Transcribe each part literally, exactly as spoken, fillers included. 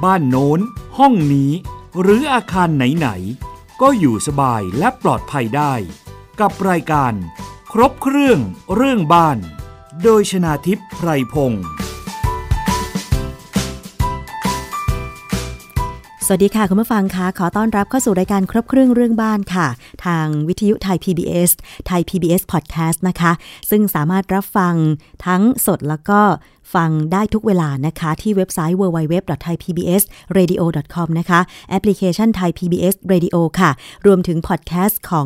บ้านโน้นห้องนี้หรืออาคารไหนๆก็อยู่สบายและปลอดภัยได้กับรายการครบเครื่องเรื่องบ้านโดยชนาทิพย์ไพรพงศ์สวัสดีค่ะคุณผู้ฟังคะขอต้อนรับเข้าสู่รายการครบเครื่องเรื่องบ้านค่ะทางวิทยุไทย พี บี เอส ไทย พี บี เอส Podcast นะคะซึ่งสามารถรับฟังทั้งสดแล้วก็ฟังได้ทุกเวลานะคะที่เว็บไซต์ ดับเบิลยู ดับเบิลยู ดับเบิลยู ดอท ไทย พี บี เอส เรดิโอ ดอท คอม นะคะแอปพลิเคชัน Thai พี บี เอส Radio ค่ะรวมถึงพอดแคสต์ของ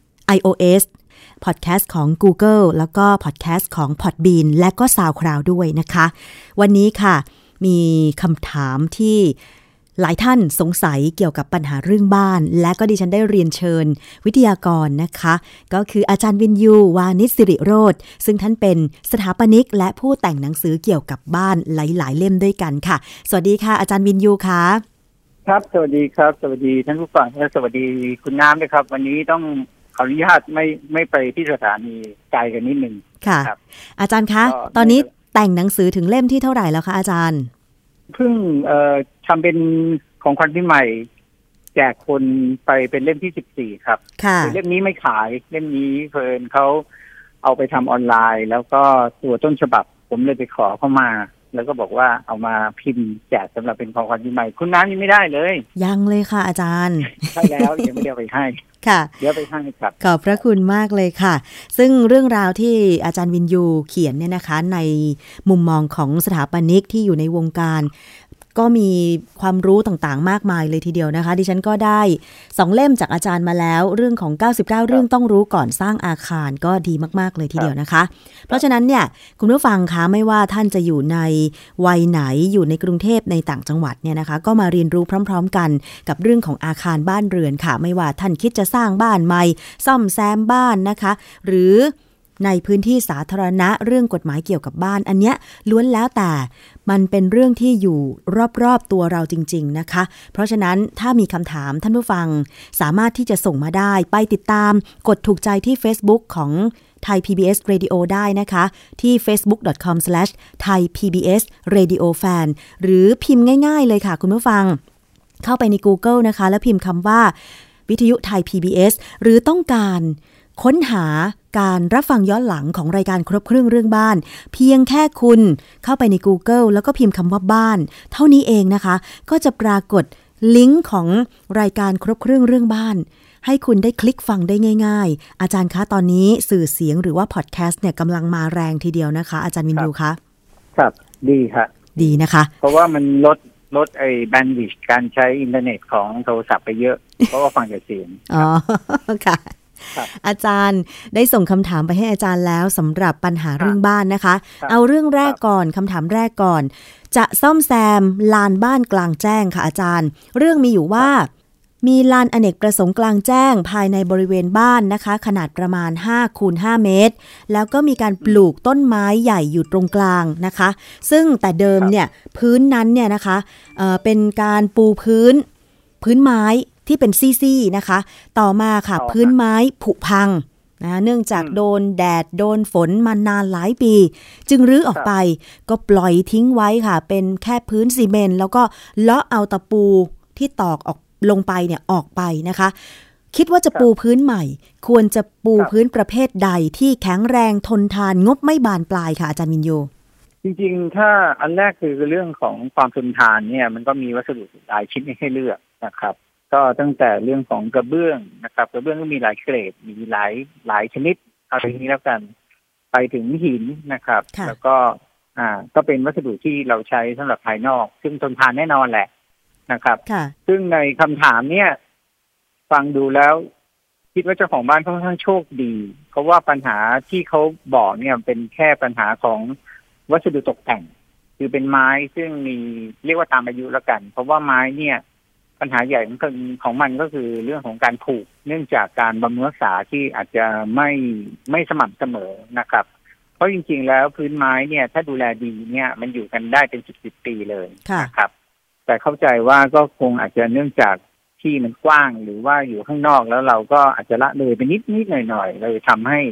iOS พอดแคสต์ของ Google แล้วก็พอดแคสต์ของ Podbean และก็ SoundCloud ด้วยนะคะวันนี้ค่ะมีคำถามที่หลายท่านสงสัยเกี่ยวกับปัญหาเรื่องบ้านและก็ดิฉันได้เรียนเชิญวิทยากรนะคะก็คืออาจารย์วินยูวานิชสิริโรจน์ซึ่งท่านเป็นสถาปนิกและผู้แต่งหนังสือเกี่ยวกับบ้านหลายๆเล่มด้วยกันค่ะสวัสดีค่ะอาจารย์วินยูค่ะครับสวัสดีครับสวัสดีท่านผู้ฟังและสวัสดีคุณน้ำด้วยครับวันนี้ต้องขออนุญาตไม่ไม่ไปที่สถานีไกลกันนิดนึงค่ะอาจารย์คะตอนนี้แต่งหนังสือถึงเล่มที่เท่าไหร่แล้วคะอาจารย์เพิ่งเอ่อทำเป็นของขวัญปีใหม่แจกคนไปเป็นเล่มที่สิบสี่ครับค่ะเล่มนี้ไม่ขายเล่มนี้เพิ่นเขาเอาไปทำออนไลน์แล้วก็ตัวต้นฉบับผมเลยไปขอเข้ามาแล้วก็บอกว่าเอามาพิมพ์แจกสำหรับเป็นของขวัญปีใหม่คุณน้ำยังไม่ได้เลยยังเลยค่ะอาจารย์ใช่แล้วยังไม่ได้ไปให้ค่ะเดี๋ยวไปให้ครับขอบพระคุณมากเลยค่ะซึ่งเรื่องราวที่อาจารย์วินยูเขียนเนี่ยนะคะในมุมมองของสถาปนิกที่อยู่ในวงการก็มีความรู้ต่างๆมากมายเลยทีเดียวนะคะดิฉันก็ได้สองเล่มจากอาจารย์มาแล้วเรื่องของเก้าสิบเก้าเรื่องต้องรู้ก่อนสร้างอาคารก็ดีมากๆเลยทีเดียวนะคะเพราะฉะนั้นเนี่ยคุณผู้ฟังคะไม่ว่าท่านจะอยู่ในวัยไหนอยู่ในกรุงเทพในต่างจังหวัดเนี่ยนะคะก็มาเรียนรู้พร้อมๆกันกับเรื่องของอาคารบ้านเรือนค่ะไม่ว่าท่านคิดจะสร้างบ้านใหม่ซ่อมแซมบ้านนะคะหรือในพื้นที่สาธารณะเรื่องกฎหมายเกี่ยวกับบ้านอันเนี้ยล้วนแล้วแต่มันเป็นเรื่องที่อยู่รอบๆตัวเราจริงๆนะคะเพราะฉะนั้นถ้ามีคำถามท่านผู้ฟังสามารถที่จะส่งมาได้ไปติดตามกดถูกใจที่ Facebook ของ Thai พี บี เอส Radio ได้นะคะที่ เฟซบุ๊ก ดอท คอม สแลช ไทย พี บี เอส เรดิโอ แฟน หรือพิมพ์ง่ายๆเลยค่ะคุณผู้ฟังเข้าไปใน Google นะคะแล้วพิมพ์คำว่าวิทยุไทย พี บี เอส หรือต้องการค้นหาการรับฟังย้อนหลังของรายการครบเครื่องเรื่องบ้านเพียงแค่คุณเข้าไปใน Google แล้วก็พิมพ์คำว่าบ้านเท่านี้เองนะคะก็จะปรากฏลิงก์ของรายการครบเครื่องเรื่องบ้านให้คุณได้คลิกฟังได้ง่ายๆอาจารย์คะตอนนี้สื่อเสียงหรือว่าพอดแคสต์เนี่ยกำลังมาแรงทีเดียวนะคะอาจารย์วินยูคะครับดีค่ะดีนะคะเพราะว่ามันลดลดไอ้แบนด์วิดต์การใช้อินเทอร์เน็ตของโทรศัพท์ไปเยอะเพราะว่าฟังแต่เสียงอ๋อค่ะอาจารย์ได้ส่งคำถามไปให้อาจารย์แล้วสำหรับปัญหาเรื่องบ้านนะคะเอาเรื่องแรกก่อนคำถามแรกก่อนจะซ่อมแซมลานบ้านกลางแจ้งค่ะอาจารย์เรื่องมีอยู่ว่ามีลานอเนกประสงค์กลางแจ้งภายในบริเวณบ้านนะคะขนาดประมาณ ห้าคูณห้า เมตรแล้วก็มีการปลูกต้นไม้ใหญ่อยู่ตรงกลางนะคะซึ่งแต่เดิมเนี่ยพื้นนั้นเนี่ยนะคะเอ่อเป็นการปูพื้นพื้นไม้ที่เป็นซี่ๆนะคะต่อมาค่ะพื้นไม้ผุพังนะเนื่องจากโดนแดดโดนฝนมานานหลายปีจึงรื้อออกไปก็ปล่อยทิ้งไว้ค่ะเป็นแค่พื้นซีเมนต์แล้วก็เลาะเอาตะปูที่ตอกออกลงไปเนี่ยออกไปนะคะคิดว่าจะปูพื้นใหม่ควรจะปูพื้นประเภทใดที่แข็งแรงทนทานงบไม่บานปลายค่ะอาจารย์วินโยจริงๆถ้าอันแรกคือเรื่องของความทนทานเนี่ยมันก็มีวัสดุหลายชิ้นให้เลือกนะครับก็ตั้งแต่เรื่องของกระเบื้องนะครับกระเบื้องก็มีหลายเกรดมีหลายหลายชนิดเอาอย่างนี้แล้วกันไปถึงหินนะครับแล้วก็อ่าก็เป็นวัสดุที่เราใช้สำหรับภายนอกซึ่งทนทานแน่นอนแหละนะครับซึ่งในคำถามเนี่ยฟังดูแล้วคิดว่าเจ้าของบ้านค่อนข้างโชคดีเพราะว่าปัญหาที่เขาบอกเนี่ยเป็นแค่ปัญหาของวัสดุตกแต่งคือเป็นไม้ซึ่งมีเรียกว่าตามอายุแล้วกันเพราะว่าไม้เนี่ยปัญหาใหญ่ของของมันก็คือเรื่องของการผุเนื่องจากการบำรุงรักษาที่อาจจะไม่ไม่สม่ำเสมอนะครับเพราะจริงๆแล้วพื้นไม้เนี่ยถ้าดูแลดีเนี่ยมันอยู่กันได้เป็นสิบสิบปีเลยนะครับแต่เข้าใจว่าก็คงอาจจะเนื่องจากที่มันกว้างหรือว่าอยู่ข้างนอกแล้วเราก็อาจจะละเลยไปนิดนิดหน่อยหน่อยเลยทำให้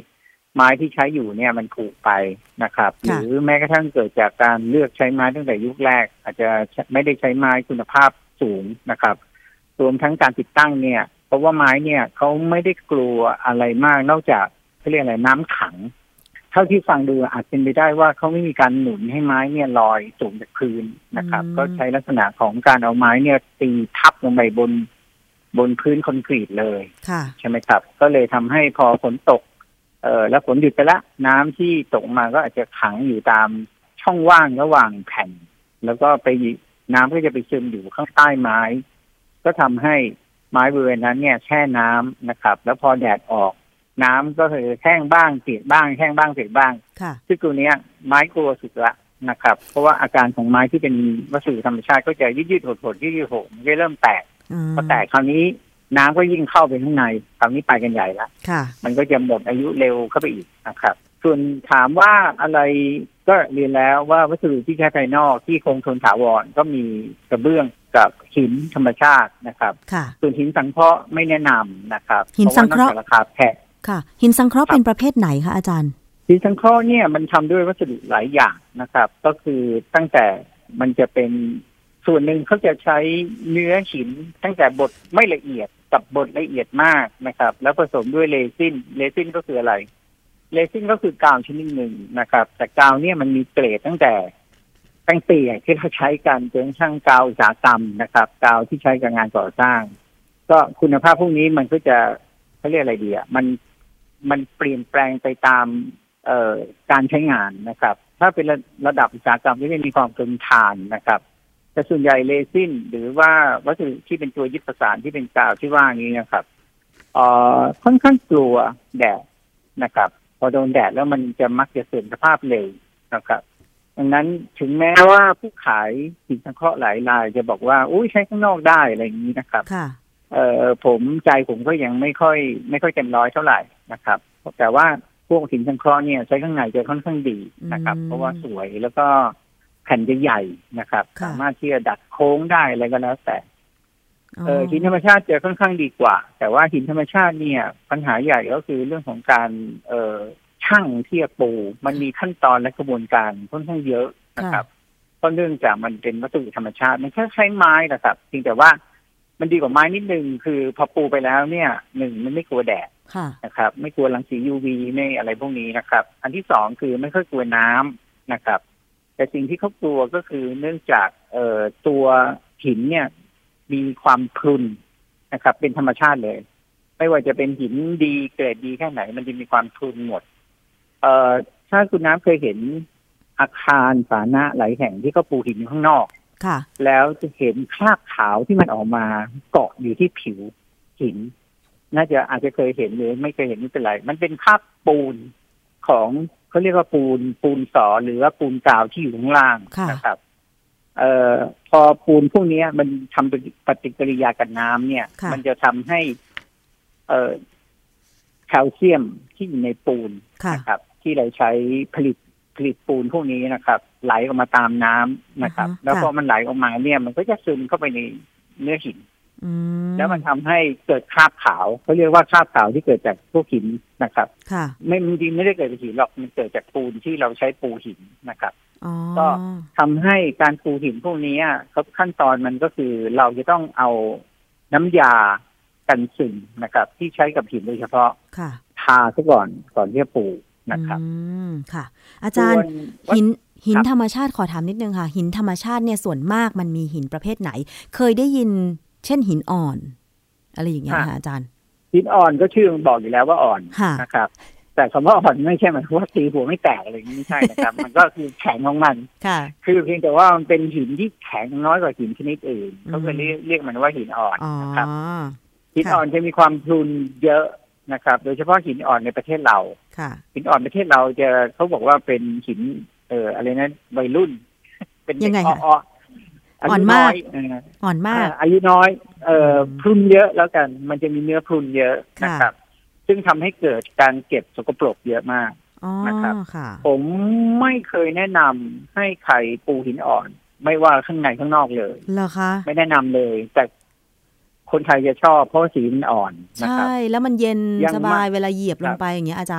ไม้ที่ใช้อยู่เนี่ยมันผุไปนะครับหรือแม้กระทั่งเกิดจากการเลือกใช้ไม้ตั้งแต่ยุคแรกอาจจะไม่ได้ใช้ไม้คุณภาพสูงนะครับรวมทั้งการติดตั้งเนี่ยเพราะว่าไม้เนี่ยเขาไม่ได้กลัวอะไรมากนอกจากเขาเรียกอะไรน้ำขังเท่าที่ฟังดูอาจเป็นไปได้ว่าเขาไม่มีการหนุนให้ไม้เนี่ยลอยสูงจากพื้นนะครับก็ใช้ลักษณะของการเอาไม้เนี่ยตีทับลงไปบนบนพื้นคอนกรีตเลยใช่ไหมครับก็เลยทำให้พอฝนตกเอ่อแล้วฝนหยุดไปละน้ำที่ตกมาก็อาจจะขังอยู่ตามช่องว่างระหว่างแผ่นแล้วก็ไปน้ำก็จะไปซึมอยู่ข้างใต้ไม้ก็ทำให้ไม้บริเวณนั้นเนี่ยแช่น้ำนะครับแล้วพอแดดออกน้ำก็คือแห้งบ้างเปียกบ้างแห้งบ้างเปียกบ้างซึ่งตัวนี้ไม้กลัวสุดละนะครับเพราะว่าอาการของไม้ที่เป็นวัสดุธรรมชาติก็จะยืดยืดหดหดยืดยืดหดมันก็เริ่มแตกพอแตกคราวนี้น้ำก็ยิ่งเข้าไปข้างในคราวนี้ไปกันใหญ่ละมันก็จะหมดอายุเร็วเข้าไปอีกนะครับส่วนถามว่าอะไรก็เรียนแล้วว่าวัสดุที่ใช้ภายนอกที่คงทนถาวรก็มีกระเบื้องกับหินธรรมชาตินะครับส่วนหินสังเคราะห์ไม่แนะนำนะครับหินสังเคราะห์ราคาแพงค่ะหินสังเคราะห์เป็นประเภทไหนคะอาจารย์หินสังเคราะห์เนี่ยมันทำด้วยวัสดุหลายอย่างนะครับก็คือตั้งแต่มันจะเป็นส่วนหนึ่งเขาจะใช้เนื้อหินตั้งแต่บดไม่ละเอียดกับบดละเอียดมากนะครับแล้วผสมด้วยเรซินเรซินก็คืออะไรเรซินก็คือกาวชนิดหนึ่งนะครับแต่กาวเนี่ยมันมีเกรดตั้งแต่ตั้งแต่ที่เขาใช้กันจนช่างกาวอุตสาหกรรมนะครับกาวที่ใช้กับงานก่อสร้างก็คุณภาพพวกนี้มันก็จะเขาเรียกอะไรดีอ่ะมันมันเปลี่ยนแปลงไปตามเอ่อการใช้งานนะครับถ้าเป็นระระดับอุตสาหกรรมที่ไม่มีความทนทานนะครับแต่ส่วนใหญ่เรซินหรือว่าวัสดุที่เป็นตัวยึดประสานที่เป็นกาวที่ว่านี้นะครับเอ่อค่อนข้างกลัวแดดนะครับพอโดนแดดแล้วมันจะมักจะเสื่อมสภาพเร็วนะครับดังนั้นถึงแม้ว่าผู้ขายสินสังเคราะห์หลายรายจะบอกว่าอุ้ยใช้ข้างนอกได้อะไรอย่างนี้นะครับเอ่อผมใจผมก็ยังไม่ค่อยไม่ค่อยเต็มร้อยเท่าไหร่นะครับแต่ว่าพวกสินสังเคราะห์เนี่ยใช้ข้างในจะค่อนข้างดีนะครับเพราะว่าสวยแล้วก็แผ่นจะใหญ่นะครับสามารถที่จะดัดโค้งได้อะไรก็แล้วแต่เออหินธรรมชาติจะค่อนข้างดีกว่าแต่ว่าหินธรรมชาติเนี่ยปัญหาใหญ่ก็คือเรื่องของการเอ่อช่างที่จะปูมันมีขั้นตอนและกระบวนการค่อนข้างเยอะนะครับเพราะเนื่องจากมันเป็นวัสดุธรรมชาติมันแค่ใช้ไม้นะครับเพียงแต่ว่ามันดีกว่าไม้นิดนึงคือพอปูไปแล้วเนี่ยหนึ่งมันไม่กลัวแดดนะครับไม่กลัวรังสี ยู วี ไม่อะไรพวกนี้นะครับอันที่สองคือไม่ค่อยกลัวน้ำนะครับแต่สิ่งที่เขากลัวก็คือเนื่องจากเอ่อตัวหินเนี่ยมีความพรุนนะครับเป็นธรรมชาติเลยไม่ว่าจะเป็นหินดีเกรดดีแค่ไหนมันจะมีความพรุนหมดเอ่อถ้าคุณน้ำเคยเห็นอาคารสาธารณะหลายแห่งที่เขาปูหินข้างนอกแล้วจะเห็นคราบขาวที่มันออกมาเกาะอยู่ที่ผิวหินน่าจะอาจจะเคยเห็นหรือไม่เคยเห็นไม่เป็นไรมันเป็นคราบปูนของเขาเรียกว่าปูนปูนสอหรือว่าปูนกาวที่อยู่ข้างล่างนะครับเอ่อพอปูนพวกนี้มันทำปฏิกิริยากับน้ำเนี่ยมันจะทำให้เอ่อแคลเซียมที่อยู่ในปูนนะครับที่เราใช้ผลิตผลิตปูนพวกนี้นะครับไหลออกมาตามน้ำนะครับแล้วพอมันไหลออกมาเนี่ยมันก็จะซึมเข้าไปในเนื้อหินแล้วมันทำให้เกิดคราบขาวเขาเรียกว่าคราบขาวที่เกิดจากพวกหินนะครับไม่จริงไม่ได้เกิดจากหินหรอกมันเกิดจากปูนที่เราใช้ปูหินนะครับก็ทำให้การปูหินพวกนี้ครับขั้นตอนมันก็คือเราจะต้องเอาน้ำยากันซึมนะครับที่ใช้กับหินโดยเฉพาะทาซะก่อนก่อนที่จะปูนะครับค่ะอาจารย์หินหินธรรมชาติขอถามนิดนึงค่ะหินธรรมชาติเนี่ยส่วนมากมันมีหินประเภทไหนเคยได้ยินเช่นหินอ่อนอะไรอย่างเงี้ยค่ะอาจารย์หินอ่อนก็ชื่อมันบอกอยู่แล้วว่าอ่อนนะครับแต่คำว่าอ่อนไม่ใช่หมายความว่าตีหัวไม่แตกอะไรอย่างนี้ไม่ใช่นะครับ มันก็คือแข็งของมันคือเพียงแต่ว่ามันเป็นหินที่แข็งน้อยกว่าหินชนิดอื่นเขาก็เรียกเรียกมันว่าหินอ่อนนะครับหินอ่อนจะมีความพรุนเยอะนะครับโดยเฉพาะหินอ่อนในประเทศเราหินอ่อนประเทศเราจะเขาบอกว่าเป็นหินเอ่ออะไรนะวัยรุ่นเป็นยังไงคะอ่อนมากอ่อนมากอายุน้อยเอ่อพรุนเยอะแล้วกันมันจะมีเนื้อพรุนเยอะนะครับซึ่งทำให้เกิดการเก็บสกปรกเยอะมากนะครับผมไม่เคยแนะนำให้ใครปูหินอ่อนไม่ว่าข้างในข้างนอกเลยเหรอคะไม่แนะนำเลยแต่คนไทยจะชอบเพราะสีมันอ่อนใช่แล้วมันเย็นสบายเวลาเหยียบลงไปอย่างเงี้ยอาจารย์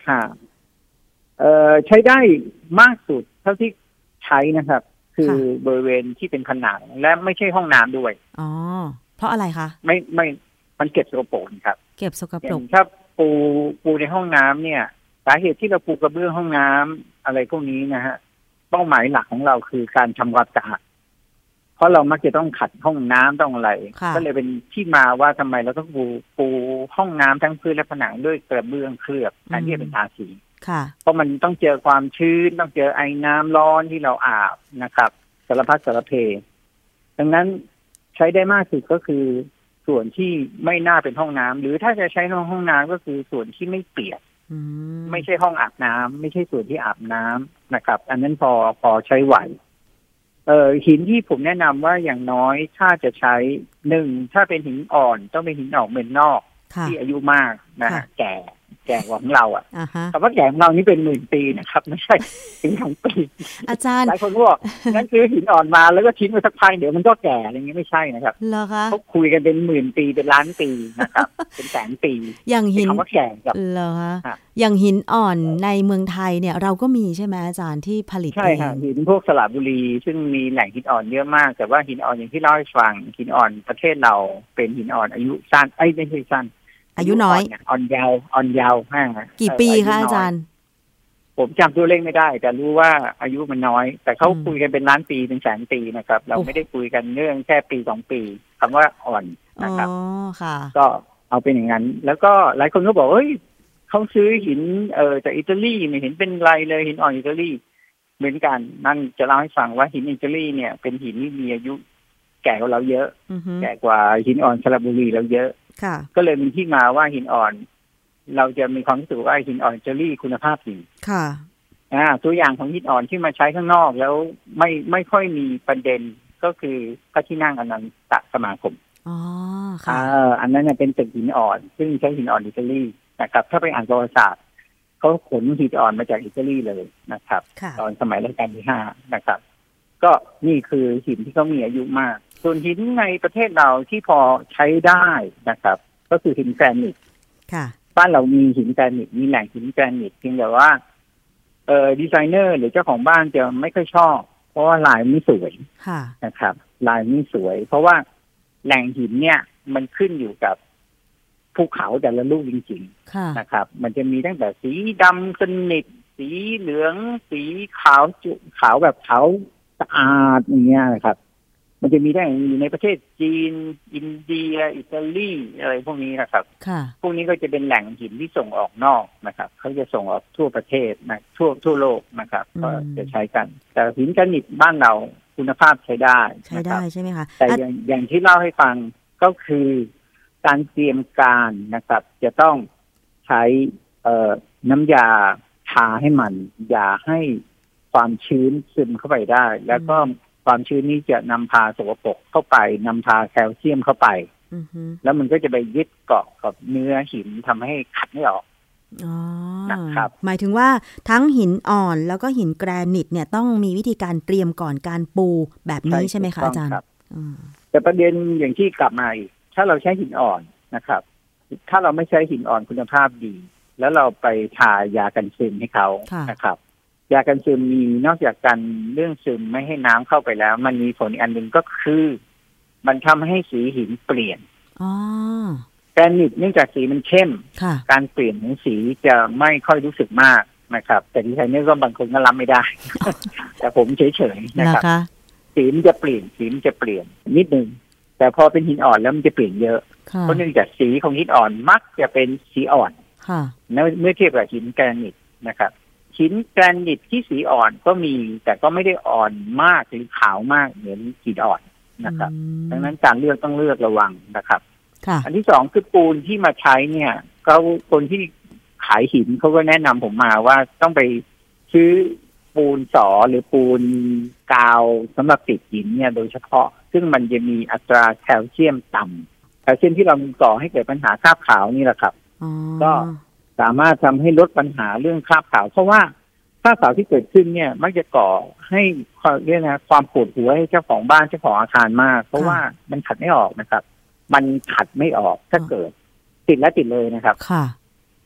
ค่ะเอ่อใช้ได้มากสุดเท่าที่ใช้นะครับ คือบริเวณที่เป็นผนังและไม่ใช่ห้องน้ำด้วยอ๋อเพราะอะไรคะไม่ไม่มันเก็บสกปรกครับเก็บสกปรกถ้าปูปูในห้องน้ำเนี่ยสาเหตุที่เราปูกระเบื้องห้องน้ำอะไรพวกนี้นะฮะเป้าหมายหลักของเราคือการทำความสะอาดเพราะเรามักจะต้องขัดห้องน้ำต้องอะไรก็เลยเป็นที่มาว่าทำไมเราต้องปูปูห้องน้ำทั้งพื้นและผนังด้วยกระเบื้องเคลือบแทนที่จะเป็นทาสีเพราะมันต้องเจอความชื้นต้องเจอไอ้น้ำร้อนที่เราอาบนะครับสารพัดสารเพดังนั้นใช้ได้มากสุดก็คือส่วนที่ไม่น่าเป็นห้องน้ำหรือถ้าจะใช้ในห้องน้ำก็คือส่วนที่ไม่เปียกไม่ใช่ห้องอาบน้ำไม่ใช่ส่วนที่อาบน้ำนะครับอันนั้นพอพอใช้ไหวเอ่อหินที่ผมแนะนำว่าอย่างน้อยถ้าจะใช้หนึ่งถ้าเป็นหินอ่อนต้องเป็นหินอ่อนเมือนนอกที่อายุมากนะฮะแก่แก่กว่าของเราอ่ะคำว่าแก่ของเรานี่เป็นหมื่นปีนะครับไม่ใช่ถึงสองปีอาจารย์หลายคนบอกงั้นคือหินอ่อนมาแล้วก็ทิ้งไว้สักพักเดี๋ยวมันก็แก่อะไรเงี้ยไม่ใช่นะครับเหรอคะเขาคุยกันเป็นหมื่นปีเป็นล้านปีนะครับเป็นแสนปีอย่างหินคำว่าแก่กับเหรอคะอย่างหินอ่อนในเมืองไทยเนี่ยเราก็มีใช่ไหมอาจารย์ที่ผลิตเองใช่ค่ะหินพวกสระบุรีซึ่งมีแหล่งหินอ่อนเยอะมากแต่ว่าหินอ่อนอย่างที่เล่าให้ฟังหินอ่อนประเทศเราเป็นหินอ่อนอายุสั้นไอ้ไม่ใช่สั้นอายุน้อยอ่อนยาวอ่อนยาวมากกี่ปีคะอาจารย์ผมจำตัวเลขไม่ได้แต่รู้ว่าอายุมันน้อยแต่เขาคุยกันเป็นล้านปีเป็นแสนปีนะครับเราไม่ได้คุยกันเรื่องแค่ปีสองปีคำว่าอ่อนนะครับอ๋อค่ะก็เอาเป็นอย่างนั้นแล้วก็หลายคนก็บอกเฮ้ยเขาซื้อหินเอ่อจากอิตาลีไม่เห็นเป็นไรเลยหินอ่อนอิตาลีเหมือนกันนั่นจะเล่าให้ฟังว่าหินอิตาลีเนี่ยเป็นหินที่มีอายุแก่กว่าเราเยอะแก่กว่าหินอ่อนสระบุรีเราเยอะก็เลยมีที่มาว่าหินอ่อนเราจะมีความรู้สึกว่าหินอ่อนอิตาลีคุณภาพดีค่ะอ่าตัวอย่างของหินอ่อนที่มาใช้ข้างนอกแล้วไม่ไม่ค่อยมีประเด็นก็คือพระที่นั่งอนันตสมาคมอ๋อค่ะอ่าอันนั้นเป็นตึกหินอ่อนซึ่งใช้หินอ่อนอิตาลีนะครับถ้าไปอ่านประวัติศาสตร์เขาขนหินอ่อนมาจากอิตาลีเลยนะครับตอนสมัยรัชกาลที่ห้านะครับก็นี่คือหินที่เขามีอายุมากส่วนหินในประเทศเราที่พอใช้ได้นะครับก็คือหินแกรนิตบ้านเรามีหินแกรนิตมีแหล่งหินแกรนิตเพียงแต่ว่าเอ่อดีไซเนอร์หรือเจ้าของบ้านจะไม่ค่อยชอบเพราะว่าลายไม่สวยนะครับลายไม่สวยเพราะว่าแหล่งหินเนี่ยมันขึ้นอยู่กับภูเขาแต่ละลูกจริงๆนะครับมันจะมีตั้งแต่สีดำสนิทสีเหลืองสีขาวจุขาวแบบขาวสะอาดอย่างเงี้ยนะครับมันจะมีได้อยู่ในประเทศจีนอินเดียอิตาลีอะไรพวกนี้นะครับพวกนี้ก็จะเป็นแหล่งหินที่ส่งออกนอกนะครับเขาจะส่งออกทั่วประเทศนะทั่วทั่วโลกนะครับก็จะใช้กันแต่หินแกรนิตบ้านเราคุณภาพใช้ได้ใช้ได้ใช่ไหมคะแต่อย่างอย่างที่เล่าให้ฟังก็คือการเตรียมการนะครับจะต้องใช้เอ่อน้ำยาทาให้มันอย่าให้ความชื้นซึมเข้าไปได้แล้วก็ความชื้นนี้จะนำพาสกปรกเข้าไปนำพาแคลเซียมเข้าไปแล้วมันก็จะไปยึดเกาะกับเนื้อหินทำให้ขัดไม่ออกนะครับหมายถึงว่าทั้งหินอ่อนแล้วก็หินแกรนิตเนี่ยต้องมีวิธีการเตรียมก่อนการปูแบบนี้ใช่ไหมคะอาจารย์แต่ประเด็นอย่างที่กลับมาอีกถ้าเราใช้หินอ่อนนะครับถ้าเราไม่ใช้หินอ่อนคุณภาพดีแล้วเราไปทายากันซึมให้เขานะครับยากันซึมมีนอกจากการเรื่องซึมไม่ให้น้ำเข้าไปแล้วมันมีผลอีกอันหนึ่งก็คือมันทำให้สีหินเปลี่ยนแกรนิตเนื่องจากสีมันเข้มการเปลี่ยนของสีจะไม่ค่อยรู้สึกมากนะครับแต่ดีไซเนอร์ก็บางคนก็รับไม่ได้ แต่ผมเฉยๆนะครับสีมันจะเปลี่ยนสีมันจะเปลี่ยนนิดนึงแต่พอเป็นหินอ่อนแล้วมันจะเปลี่ยนเยอะเพราะเนื่องจากสีของหินอ่อนมักจะเป็นสีอ่อนเมื่อเทียบกับหินแกรนิตนะครับหินแกรนิตที่สีอ่อนก็มีแต่ก็ไม่ได้อ่อนมากหรือขาวมากเหมือนหินอ่อนนะครับดังนั้นการเลือกต้องเลือกระวังนะครับอันที่สองคือปูนที่มาใช้เนี่ยเขาคนที่ขายหินเขาก็แนะนำผมมาว่าต้องไปซื้อปูนสอหรือปูนกาวสำหรับติดหินเนี่ยโดยเฉพาะซึ่งมันจะมีอัตราแคลเซียมต่ำแคลเซียมที่เราก่อให้เกิดปัญหาคราบขาวนี่แหละครับก็สามารถทำให้ลดปัญหาเรื่องคราบขาวเพราะว่าคราบขาวที่เกิดขึ้นเนี่ยมักจะก่อให้เรียกนะความปวดหัวให้เจ้าของบ้านเจ้าของอาคารมากเพราะว่ามันขัดไม่ออกนะครับมันขัดไม่ออกถ้าเกิดติดแล้วติดเลยนะครับค่ะ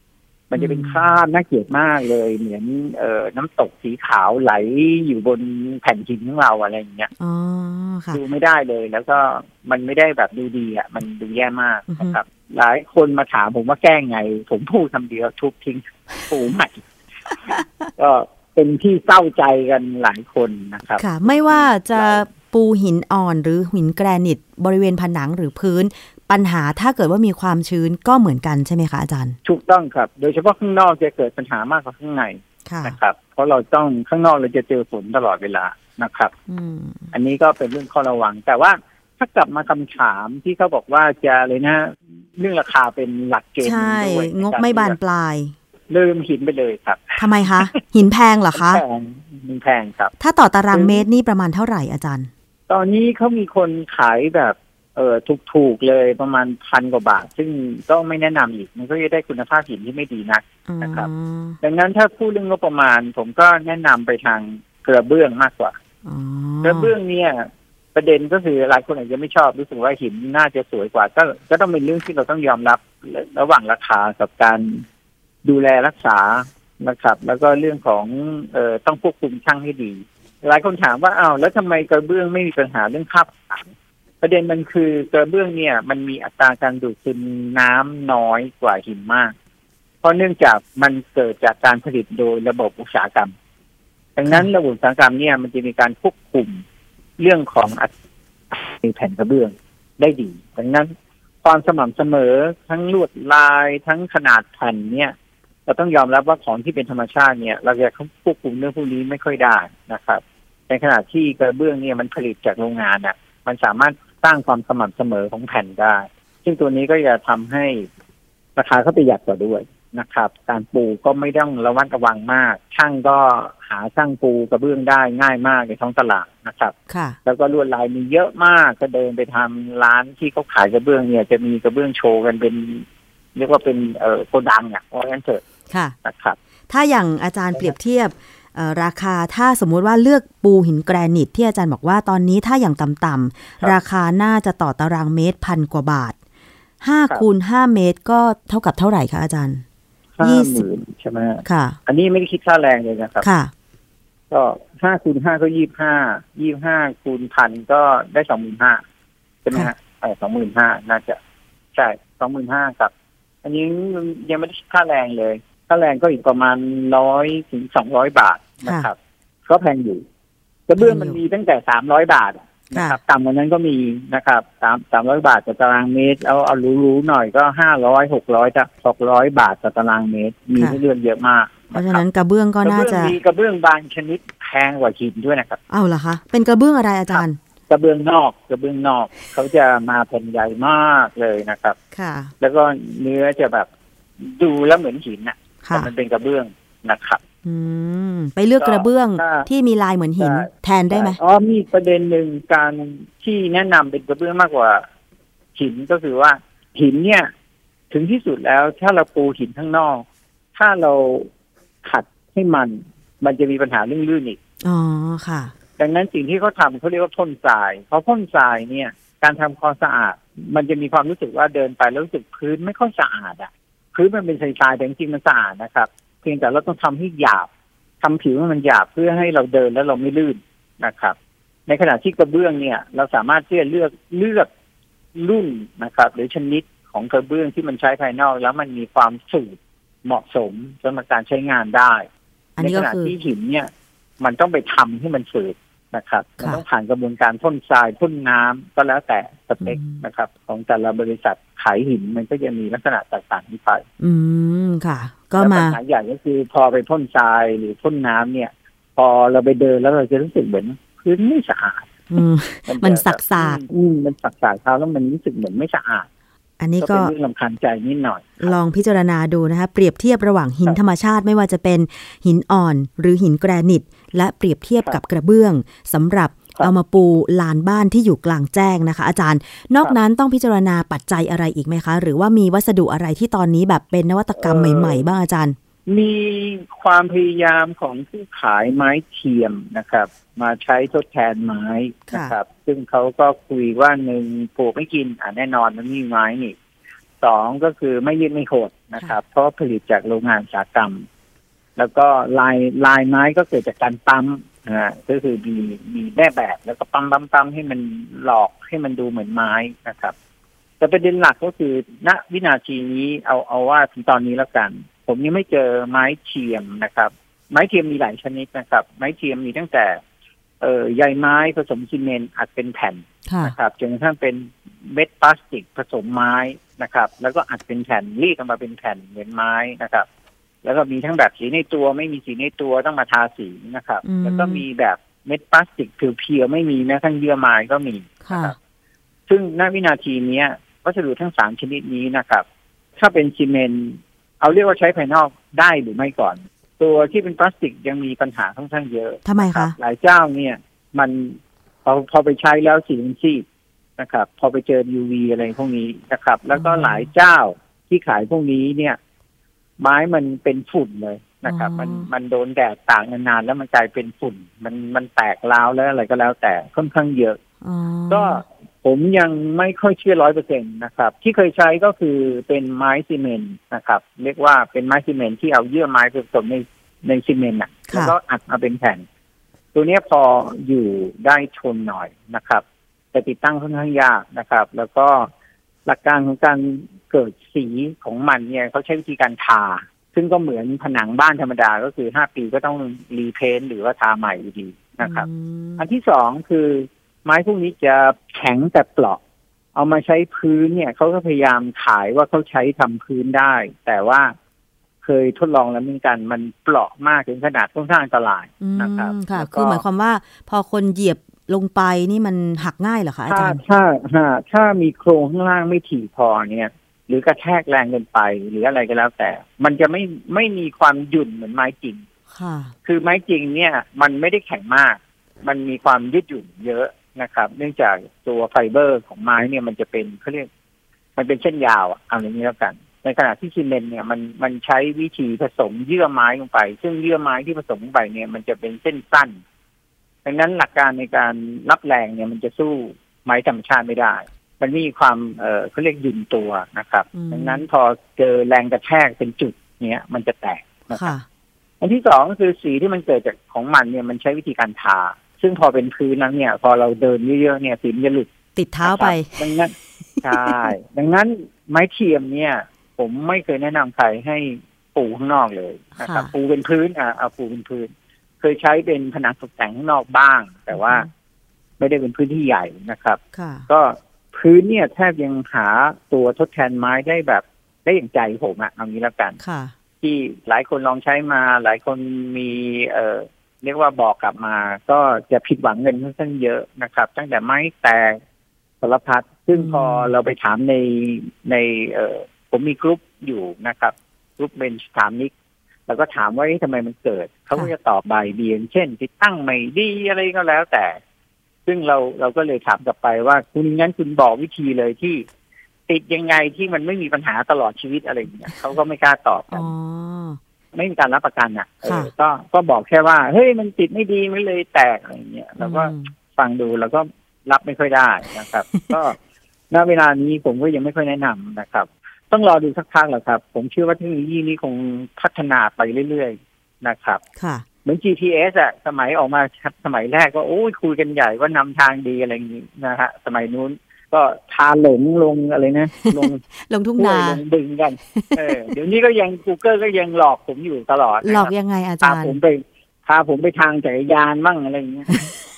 มันจะเป็นคราบน่าเกลียดมากเลยเหมือนเอ่อน้ำตกสีขาวไหลอยู่บนแผ่นหินของเราอะไรอย่างเงี้ยอ๋อค่ะดูไม่ได้เลยแล้วก็มันไม่ได้แบบดูดีอ่ะมันดูแย่มากนะครับหลายคนมาถามผมว่าแก้ไงผมพูดคำเดียวทุบทิ้งปูใหม่ ก็เป็นที่เศร้าใจกันหลายคนนะครับค่ะไม่ว่าจะปูหินอ่อนหรือหินแกรนิตบริเวณผนังหรือพื้นปัญหาถ้าเกิดว่ามีความชื้นก็เหมือนกันใช่ไหมคะอาจารย์ถูกต้องครับโดยเฉพาะข้างนอกจะเกิดปัญหามากกว่าข้างในนะครับเพราะเราต้องข้างนอกเราจะเจอฝนตลอดเวลานะครับ อ, อันนี้ก็เป็นเรื่องข้อระวังแต่ว่าถ้ากลับมาคำถามที่เขาบอกว่าจะเลยนะเรื่องราคาเป็นหลักเกณฑ์ด้วยงบไม่บานปลายลืมหินไปเลยครับทำไมคะหินแพงเหรอคะแพงหินแพงครับถ้าต่อตารางเมตรนี่ประมาณเท่าไหร่อาจารย์ตอนนี้เขามีคนขายแบบเออถูกๆเลยประมาณพันกว่าบาทซึ่งก็ไม่แนะนำอีกมันก็จะได้คุณภาพหินที่ไม่ดีนักนะครับดังนั้นถ้าพูดเรื่องงบประมาณผมก็แนะนำไปทางกระเบื้องมากกว่ากระเบื้องเนี่ยประเด็นก็คือหลายคนอาจจะไม่ชอบรู้สึกว่าหินน่าจะสวยกว่าก็ก็ต้องเป็นเรื่องที่เราต้องยอมรับระหว่างราคากับการดูแลรักษานะครับแล้วก็เรื่องของเอ่อต้องควบคุมช่างให้ดีหลายคนถามว่าอ้าวแล้วทำไมกระเบื้องไม่มีปัญหาเรื่องคราบประเด็นมันคือกระเบื้องเนี่ยมันมีอัตราการดูดซึมน้ำน้อยกว่าหินมากเพราะเนื่องจากมันเกิดจากการผลิตโดยระบบอุตสาหกรรมดังนั้นระบบอุตสาหกรรมเนี่ยมันจะมีการควบคุมเรื่องของแผ่นกระเบื้องได้ดีดังนั้นความสม่ำเสมอทั้งลวดลายทั้งขนาดแผ่นเนี่ยเราต้องยอมรับว่าของที่เป็นธรรมชาติเนี่ยเราจะควบคุมเรื่องพวกนี้ไม่ค่อยได้นะครับในขณะที่กระเบื้องเนี่ยมันผลิตจากโรงงานอ่ะมันสามารถสร้างความสม่ำเสมอของแผ่นได้ซึ่งตัวนี้ก็จะทำให้ราคาเขาประหยัดกว่าด้วยนะครับการปูก็ไม่ต้องระวัดระวังมากช่างก็หาช่างปูกระเบื้องได้ง่ายมากในท้องตลาดนะครับแล้วก็ลวดลายมีเยอะมากก็เดินไปทำร้านที่เขาขายกระเบื้องเนี่ยจะมีกระเบื้องโชว์กันเป็นเรียกว่าเป็นเอ่อโกดังอ่ะว่างั้นเถอะค่ะนะครับถ้าอย่างอาจารย์เปรียบเทียบราคาถ้าสมมุติว่าเลือกปูหินแกรนิตที่อาจารย์บอกว่าตอนนี้ถ้าอย่างต่ำๆราคาน่าจะต่อตารางเมตรพันกว่าบาทห้าคูณห้าเมตรก็เท่ากับเท่าไหร่คะอาจารย์ยี่สิบใช่ไหมค่ะอันนี้ไม่ได้คิดค่าแรงเลยนะครับค่ะก็ห้าคูณห้าก็ยี่สิบห้ายี่สิบห้าคูณพันก็ได้สองหมื่นห้าใช่ไหมฮะเออสองหมื่นห้าน่าจะใช่สองหมื่นห้ากับอันนี้ยังไม่ได้คิดค่าแรงเลยค่าแรงก็อีกประมาณร้อยถึงสองร้อยบาทนะครับก็แพงอยู่กระเบื้องมันมีตั้งแต่สามร้อยบาทนะครับต่ำกว่านั้นก็มีนะครับสามสามร้อยบาทต่อตารางเมตรเอาเอารู้ๆหน่อยก็ห้าร้อยหกร้อยจะหกร้อยบาทต่อตารางเมตรมีให้เลือกเยอะมากเพราะฉะนั้นกระเบื้องก็น่าจะมีกระเบื้องบางชนิดแพงกว่าหินด้วยนะครับเอาเหรอคะเป็นกระเบื้องอะไรอาจารย์กระเบื้องนอกกระเบื้องนอกเขาจะมาแผ่นใหญ่มากเลยนะครับค่ะแล้วก็เนื้อจะแบบดูแล้วเหมือนหินน่ะแต่มันเป็นกระเบื้องนะครับอืมไปเลือกกระเบื้องที่มีลายเหมือนหินแทนได้ไหมอ๋อมีประเด็นหนึ่งการที่แนะนำเป็นกระเบื้องมากกว่าหินก็คือว่าหินเนี่ยถึงที่สุดแล้วถ้าเราปูหินข้างนอกถ้าเราขัดให้มันมันจะมีปัญหาเรื่องลื่นอีกอ๋อค่ะดังนั้นสิ่งที่เขาทำเขาเรียกว่าพ่นทรายเพราะพ่นทรายเนี่ยการทำความสะอาดมันจะมีความรู้สึกว่าเดินไปแล้วรู้สึกพื้นไม่ค่อยสะอาดอ่ะพื้นมันเป็นทรายๆแต่จริงๆมันสะอาดนะครับเพียงแต่เราต้องทำให้หยาบทำผิวให้มันหยาบเพื่อให้เราเดินแล้วเราไม่ลื่นนะครับในขณะที่กระเบื้องเนี่ยเราสามารถที่จะเลือกเลือกรุ่นนะครับหรือชนิดของกระเบื้องที่มันใช้ภายนอกแล้วมันมีความสูดเหมาะสมสำหรับการใช้งานได้ในขณะที่หินเนี่ยมันต้องไปทำให้มันฝืดนะครับมันต้องผ่านกระบวนการพ่นทรายพ่นน้ำก็แล้วแต่สเปคนะครับของแต่ละบริษัทขายหินมันก็จะมีลักษณะแตกต่างกันไปอืมค่ะก็มาปัญหาใหญ่ก็คือพอไปพ่นทรายหรือพ่นน้ำเนี่ยพอเราไปเดินแล้วเราจะรู้สึกเหมือนพื้นไม่สะอาดมันสักสาดมันสักสาดเท้าแล้วมันรู้สึกเหมือนไม่สะอาดอันนี้ก็เป็นเรื่องรำคาญใจนิดหน่อยลองพิจารณาดูนะคะเปรียบเทียบระหว่างหินธรรมชาติไม่ว่าจะเป็นหินอ่อนหรือหินแกรนิตและเปรียบเทียบกับกระเบื้องสำหรับเอามาปูลานบ้านที่อยู่กลางแจ้งนะคะอาจารย์นอกนั้นต้องพิจารณาปัจจัยอะไรอีกไหมคะหรือว่ามีวัสดุอะไรที่ตอนนี้แบบเป็นนวัตกรรมใหม่ๆบ้างอาจารย์มีความพยายามของผู้ขายไม้เทียมนะครับมาใช้ทดแทนไม้นะครับซึ่งเขาก็คุยว่าหนึ่งปลูกไม่กินอ่ะแน่นอนมันมีไม้นี่สองก็คือไม่ยืดไม่โหดนะครับเพราะผลิตจากโรงงานอุตสาหกรรมแล้วก็ลายลายไม้ก็เกิดจากการปั๊มอ่าก็คือมีมีแม่แบบแล้วก็ปั๊มปั๊มปั๊มให้มันหลอกให้มันดูเหมือนไม้นะครับแต่ประเด็นหลักก็คือณวินาทีนี้เอาเอาว่าถึงตอนนี้แล้วกันผมยังไม่เจอไม้เทียมนะครับไม้เทียมมีหลายชนิดนะครับไม้เทียมมีตั้งแต่เอ่อใยไม้ผสมซีเมนต์อัดเป็นแผ่นนะครับจนกระทั่งเป็นเม็ดพลาสติกผสมไม้นะครับแล้วก็อัดเป็นแผ่นรีดออกมาเป็นแผ่นเหมือนไม้นะครับแล้วก็มีทั้งแบบสีในตัวไม่มีสีในตัวต้องมาทาสีนะครับแล้วก็มีแบบเม็ดพลาสติกเพียวๆไม่มีแม้ทั้งเยื่อไม้ก็มีนะครับซึ่งณวินาทีนี้วัสดุทั้งสามชนิดนี้นะครับถ้าเป็นซีเมนต์เอาเรียกว่าใช้ภายนอกได้หรือไม่ก่อนตัวที่เป็นพลาสติกยังมีปัญหาค่อนข้างเยอะทำไมคะหลายเจ้าเนี่ยมันพอพอไปใช้แล้วสีมันซีดนะครับพอไปเจอ ยู วี อะไรพวกนี้นะครับแล้วก็หลายเจ้าที่ขายพวกนี้เนี่ยไม้มันเป็นฝุ่นเลยนะครับมันมันโดนแดดต่างนานๆแล้วมันกลายเป็นฝุ่นมันมันแตกร้าวแล้วอะไรก็แล้วแต่ค่อนข้างเยอะก็ผมยังไม่ค่อยเชื่อร้อยเปอร์เซ็นต์นะครับที่เคยใช้ก็คือเป็นไม้ซีเมนต์นะครับเรียกว่าเป็นไม้ซีเมนต์ที่เอาเยื่อไม้ผสมในในซีเมนต์อ่ะแล้วก็อัดมาเป็นแผ่นตัวนี้พออยู่ได้ทนหน่อยนะครับแต่ติดตั้งค่อนข้างยากนะครับแล้วก็หลักการของการเกิดสีของมันเนี่ยเขาใช้วิธีการทาซึ่งก็เหมือนผนังบ้านธรรมดาก็คือห้าปีก็ต้องรีเพนท์หรือว่าทาใหม่อยู่ดีนะครับอันที่สองคือไม้พวกนี้จะแข็งแต่เปราะเอามาใช้พื้นเนี่ยเขาก็พยายามขายว่าเขาใช้ทำพื้นได้แต่ว่าเคยทดลองแล้วเหมือนกันมันเปราะมากถึงขนาดค่อนข้างอันตรายนะครับค่ะคือหมายความว่าพอคนเหยียบลงไปนี่มันหักง่ายเหรอคะอาจารย์ถ้าถ้าถ้ามีโครงข้างล่างไม่ถี่พอเนี่ยหรือกระแทกแรงเกินไปหรืออะไรก็แล้วแต่มันจะไม่ไม่มีความหยุ่นเหมือนไม้จริงค่ะคือไม้จริงเนี่ยมันไม่ได้แข็งมากมันมีความยืดหยุ่นเยอะนะครับเนื่องจากตัวไฟเบอร์ของไม้เนี่ยมันจะเป็นเขาเรียกมันเป็นเส้นยาวเอาอย่างนี้แล้วกันในขณะที่ซีเมนต์เนี่ยมันมันใช้วิธีผสมเยื่อไม้ลงไปซึ่งเยื่อไม้ที่ผสมลงไปเนี่ยมันจะเป็นเส้นสั้นดังนั้นหลักการในการรับแรงเนี่ยมันจะสู้ไม้ธรรมชาติไม่ได้มันมีความเอ่อเขาเรียกยุ่นตัวนะครับดังนั้นพอเจอแรงกระแทกเป็นจุดเนี้ยมันจะแตกนะครับอันที่สองก็คือสีที่มันเกิดจากของมันเนี่ยมันใช้วิธีการทาซึ่งพอเป็นพื้นนั้นเนี่ยพอเราเดินเยอะๆเนี่ยสีมันจะหลุดติดเท้าไปดังนั้นใช่ดังนั้นไม้เทียมเนี่ยผมไม่เคยแนะนำใครให้ปูข้างนอกเลยนะครับปูเป็นพื้นอ่ะเอาปูเป็นพื้นเคยใช้เป็นผนังตกแต่งข้างนอกบ้างแต่ว่าไม่ได้เป็นพื้นที่ใหญ่นะครับก็พื้นเนี่ยแทบยังหาตัวทดแทนไม้ได้แบบได้อย่างใจผมอะเอางี้แล้วกันที่หลายคนลองใช้มาหลายคนมีเอ่อเรียกว่าบอกกลับมาก็จะผิดหวังเงินค่อนข้างเยอะนะครับตั้งแต่ไม้แตกสารพัดซึ่งพอเราไปถามในในเอ่อผมมีกลุ่มอยู่นะครับกลุ่มเป็นสถานิกแล้วก็ถามว่าทำไมมันเกิดเขาก็จะตอบใบเบียงเช่นติดตั้งไม่ดีอะไรก็แล้วแต่ซึ่งเราเราก็เลยถามกลับไปว่าคุณงั้นคุณบอกวิธีเลยที่ติดยังไงที่มันไม่มีปัญหาตลอดชีวิตอะไรอย่างเงี้ยเขาก็ไม่กล้าตอบกันไม่มีการรับประกันอ่ะเออก็ก็บอกแค่ว่าเฮ้ยมันติดไม่ดีไม่เลยแตกอะไรเงี้ยแล้วก็ฟังดูแล้วก็รับไม่ค่อยได้นะครับ ก็ณเวลานี้ผมก็ยังไม่ค่อยแนะนำนะครับต้องรอดูสักพักแหละครับผมเชื่อว่าเทคโนโลยีนี้คงพัฒนาไปเรื่อยๆนะครับเหมือน จี พี เอส อ่ะสมัยออกมาสมัยแรกก็โอ้ยคุยกันใหญ่ว่านำทางดีอะไรอย่างนี้นะฮะสมัยนู้นก็พาหลงลงอะไรนะลงลงทุ่งนาลงดึงกันเออเดี๋ยวนี้ก็ยัง Google ก็ยังหลอกผมอยู่ตลอดหลอกยังไงอาจารย์พาผมไปพาผมไปทางจักรยานมั่งอะไรอย่างเงี้ย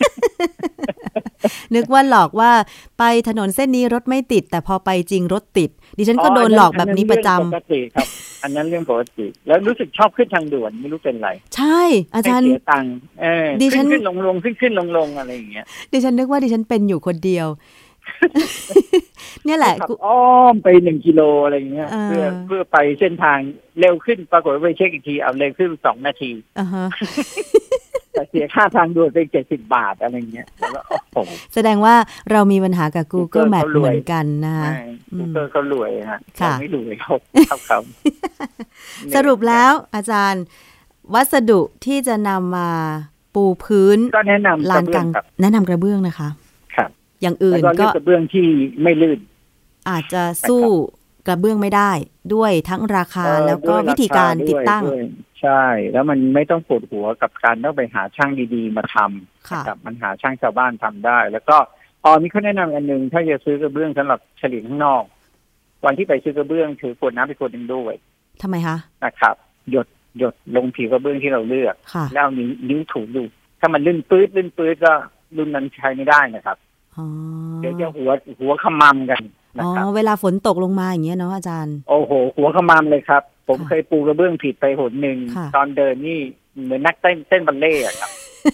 นึกว่าหลอกว่าไปถนนเส้นนี้รถไม่ติดแต่พอไปจริงรถติดดิฉันก็โดนหลอกแบบนี้ประจำปกติครับอันนั้นเรื่องปกติแล้วรู้สึกชอบขึ้นทางด่วนไม่รู้เป็นไรใช่อาจารย์เสียตังค์เออดิฉันขึ้นลงลงขึ้นขึ้นลงลงอะไรอย่างเงี้ยดิฉันนึกว่าดิฉันเป็นอยู่คนเดียวเนี่ยแหละอ้อมไปหนึ่งกิโลอะไรอย่างเงี้ยเพื่อเพื่อไปเส้นทางเร็วขึ้นปรากฏว่าไปเช็คอีกทีเอาเร็วขึ้นสองนาทีแต่เสียค่าทางด่วนไปเจ็ดสิบบาทอะไรเงี้ยแล้วก็โอ้โหแสดงว่าเรามีปัญหากับ Google Map เหมือนกันนะคะ Google เขารวยฮะไม่รวยเขาเขาสรุปแล้วอาจารย์วัสดุที่จะนำมาปูพื้นก็แนะนำลานกลางแนะนำกระเบื้องนะคะครับอย่างอื่นก็กระเบื้องที่ไม่ลื่นอาจจะสู้กระเบื้องไม่ได้ด้วยทั้งราคาแล้วก็วิธีการติดตั้งใช่แล้วมันไม่ต้องปวดหัวกับการต้องไปหาช่างดีๆมาทำกับมันหาช่างชาวบ้านทำได้แล้วก็อ๋อมีเขาแนะนำอันนึงถ้าจะซื้อกระเบื้องสำหรับเฉลี่ยข้างนอกวันที่ไปซื้อกระเบื้องถือขวดน้ำไปขวดนึงด้วยทำไมคะนะครับหยดหยดลงผิวกระเบื้องที่เราเลือกแล้วนิ้วนิ้วถูดูถ้ามันลื่นปื๊ดลื่นปื๊ดก็รุ่นนั้นใช้ไม่ได้นะครับเดี๋ยวจะหัวหัวขมำกันนะครับอ๋อเวลาฝนตกลงมาอย่างเงี้ยเนาะอาจารย์โอ้โหหัวขมำเลยครับผมเคยปูกระเบื้องผิดไปหนหนึ่งตอนเดินนี่เหมือนนักเต้นเต้นบัลเล่ต์อะครับ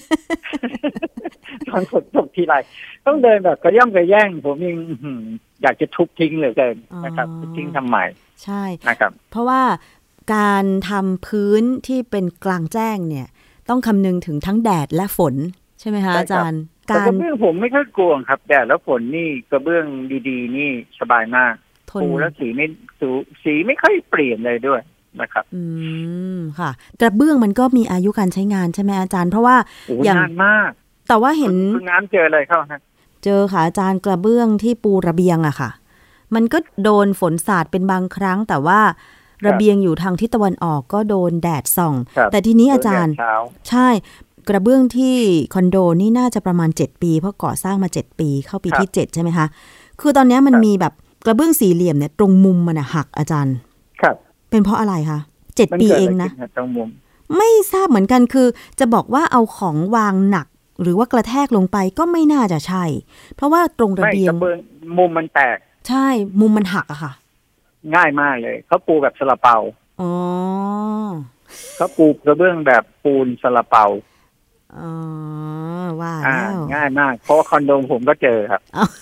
ตอนฝนตกทีไรต้องเดินแบบกระย่ำกระแย่งผมยังอยากจะทุบทิ้งเหลือเกินนะครับทุบทิ้งทำไมใช่นะครับเพราะว่าการทำพื้นที่เป็นกลางแจ้งเนี่ยต้องคำนึงถึงทั้งแดดและฝนใช่ไหมคะอาจารย์การกระเบื้องผมไม่ค่อยกลัวครับแดดแล้วฝนนี่กระเบื้องดีๆนี่สบายมากปูแล้วสีไม่สีไม่ค่อยเปลี่ยนเลยด้วยนะครับอืมค่ะกระเบื้องมันก็มีอายุการใช้งานใช่ไหมอาจารย์เพราะว่าอย่างนานมากแต่ว่าเห็นคุณน้ำเจออะไรเข้าฮะเจอค่ะอาจารย์กระเบื้องที่ปูระเบียงอะค่ะมันก็โดนฝนสาดเป็นบางครั้งแต่ว่าระเบียงอยู่ทางทิศตะวันออกก็โดนแดดส่องแต่ทีนี้อาจารย์ใช่กระเบื้องที่คอนโดนี่น่าจะประมาณเจ็ดปีเพราะก่อสร้างมาเจ็ดปีเข้าปีที่เจ็ดใช่ไหมคะคือตอนนี้มันมีแบบกระเบื้องสี่เหลี่ยมเนี่ยตรงมุมมันหักอาจารย์ครับเป็นเพราะอะไรคะเจ็ดปีเองนะตรงมุมไม่ทราบเหมือนกันคือจะบอกว่าเอาของวางหนักหรือว่ากระแทกลงไปก็ไม่น่าจะใช่เพราะว่าตรงระเบียงมุมมันแตกใช่มุมมันหักอะค่ะง่ายมากเลยเขาปูแบบซาลาเปาอ๋อเขาปูกระเบื้องแบบปูนซาลาเปาอ๋อว่าแล้วง่ายมากเพราะคอนโดผมก็เจอครับ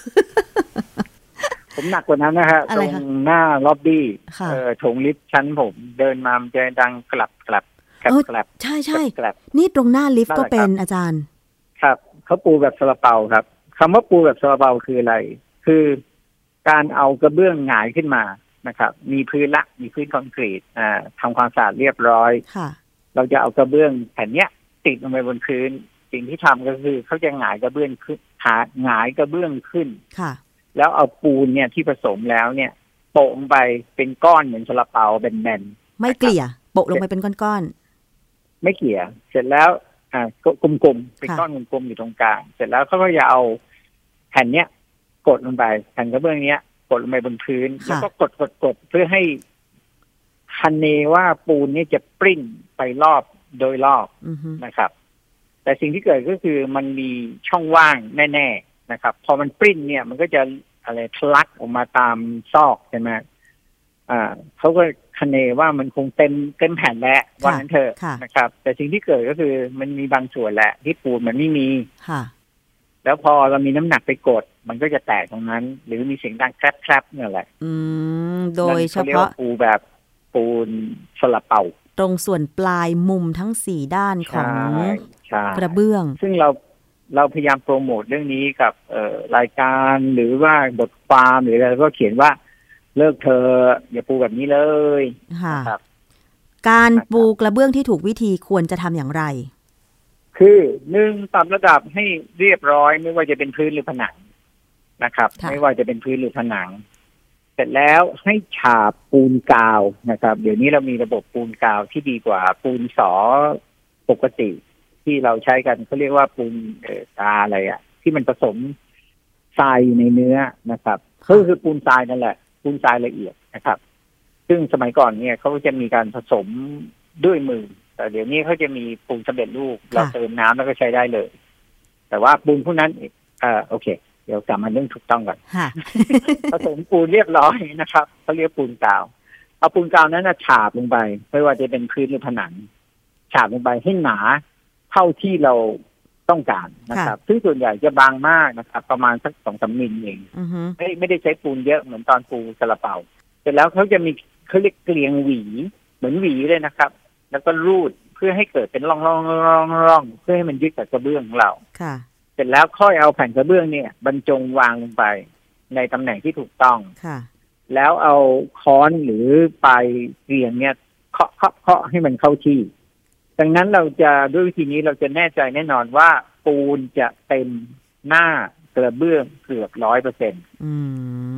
ผมหนักกว่านั้นนะฮะตรงหน้าล็อบบี้เออโถงลิฟต์ชั้นผมเดินมาจะดังกลับกลับกลับกลับใช่ใช่นี่ตรงหน้าลิฟต์ก็เป็นอาจารย์ครับเขาปูแบบซาลาเปาครับคำว่าปูแบบซาลาเปาคืออะไรคือการเอากระเบื้องหงายขึ้นมานะครับมีพื้นละมีพื้นคอนกรีตอ่าทำความสะอาดเรียบร้อยเราจะเอากระเบื้องแผ่นเนี้ยติดลงไปบนพื้นสิ่งที่ทำก็คือเขาจะหงายกระเบื้องขึ้นหาหงายกระเบื้องขึ้นค่ะแล้วเอาปูนเนี่ยที่ผสมแล้วเนี่ยโปะลงไปเป็นก้อนเหมือนซาลาเปาแบนๆไม่เกลี่ยโปะลงไปเป็นก้อนๆไม่เกลี่ยเสร็จแล้วอ่ากลมๆเป็นก้อนกลมๆอยู่ตรงกลางเสร็จแล้วเขาก็จะเอาแผ่นเนี้ยกดลงไปแผ่นกระเบื้องเนี้ยกดลงไปบนพื้นแล้วก็กดกดกดเพื่อให้คันเนว่าปูนนี่จะปริ้นไปรอบโดยรอบนะครับแต่สิ่งที่เกิดก็คือมันมีช่องว่างแน่ๆนะครับพอมันปริ้นเนี่ยมันก็จะอะไรทะลักออกมาตามซอกใช่ไหมอ่าเขาก็คันเนว่ามันคงเต็มเต็มแผ่นแล้วว่างั้นเถอะนะครับแต่สิ่งที่เกิดก็คือมันมีบางส่วนแหละที่ปูนมันไม่มีแล้วพอเรามีน้ำหนักไปกดมันก็จะแตกตรงนั้นหรือมีเสียงดังแครบๆเนี่ยแหละอืมโดยเฉพาะปูแบบปูนซาลาเปาตรงส่วนปลายมุมทั้งสี่ด้านของกระเบื้องซึ่งเราเราพยายามโปรโมทเรื่องนี้กับเอ่อรายการหรือว่าบทความหรืออะไรก็เขียนว่าเลิกเธออย่าปูแบบนี้เลยครับการปูกระเบื้องที่ถูกวิธีควรจะทำอย่างไรคือหนึ่งปรับระดับให้เรียบร้อยไม่ว่าจะเป็นพื้นหรือผนังนะครับไม่ว่าจะเป็นพื้นหรือผนังเสร็จแล้วให้ฉาบปูนกาวนะครับเดี๋ยวนี้เรามีระบบปูนกาวที่ดีกว่าปูนสอปกติที่เราใช้กันเขาเรียกว่าปูนเอ่อตาอะไรอ่ะที่มันผสมทรายในเนื้อนะครับก็คือปูนทรายนั่นแหละปูนทรายละเอียดนะครับซึ่งสมัยก่อนเนี่ยเขาจะมีการผสมด้วยมือแต่เดี๋ยวนี้เขาจะมีปูนสำเร็จรูปเราเติมน้ำแล้วก็ใช้ได้เลยแต่ว่าปูนพวกนั้นเอ่อโอเคเดี๋ยวกลับมาเรื่องถูกต้องก่อนผสมปูนเรียบร้อยนะครับเขาเรียกปูนกาวเอาปูนกาวนั้นฉาบลงไปไม่ว่าจะเป็นพื้นหรือผนังฉาบลงไปให้หนาเท่าที่เราต้องการนะครับซึ่งส่วนใหญ่จะบางมากนะครับประมาณสักสองสามมิลเองไม่ไม่ได้ใช้ปูนเยอะเหมือนตอนปูซาลาเปาเสร็จแล้วเขาจะมีเขาเรียกเกลียงหวีเหมือนหวีเลยนะครับแล้วก็รูดเพื่อให้เกิดเป็นร่องร่องร่องร่องเพื่อให้มันยึดกับกระเบื้องของเราเสร็จแล้วค่อยเอาแผ่นกระเบื้องเนี่ยบรรจงวางลงไปในตำแหน่งที่ถูกต้องแล้วเอาค้อนหรือปลายเกลียงเนี่ยเคาะเคาะเคาะให้มันเข้าที่ดังนั้นเราจะด้วยวิธีนี้เราจะแน่ใจแน่นอนว่าปูนจะเต็มหน้ากระเบื้องเกือบร้อยเปอร์เซ็นต์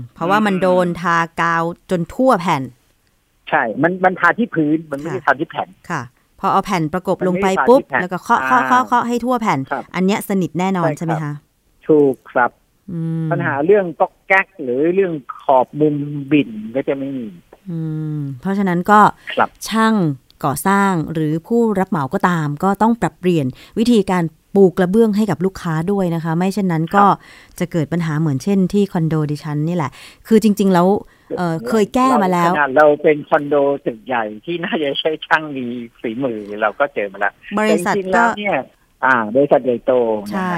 เพราะว่ามันโดนทากาวจนทั่วแผ่นใช่มันมันทาที่พื้นมันไม่ได้ทาที่แผ่นค่ะพอเอาแผ่นประกบลงไปปุ๊บแล้วก็เคาะเคาะเคาะเคาะให้ทั่วแผ่นอันเนี้ยสนิทแน่นอนใช่ไหมคะถูกครับปัญหาเรื่องก๊อกแก๊กหรือเรื่องขอบมุมบิ่นก็จะไม่มีเพราะฉะนั้นก็ช่างก่อสร้างหรือผู้รับเหมาก็ตามก็ต้องปรับเปลี่ยนวิธีการปูกระเบื้องให้กับลูกค้าด้วยนะคะไม่เช่นนั้นก็จะเกิดปัญหาเหมือนเช่นที่คอนโดดิฉันนี่แหละคือจริงๆแล้ว เ, เคยแก้มาแล้วเราเป็นคอนโดตึกใหญ่ที่น่าจะใช้ช่างมีฝีมือเราก็เจอมาแล้วบริษัทก็เนี่ยอ่าบริษัทใหญ่โตใช่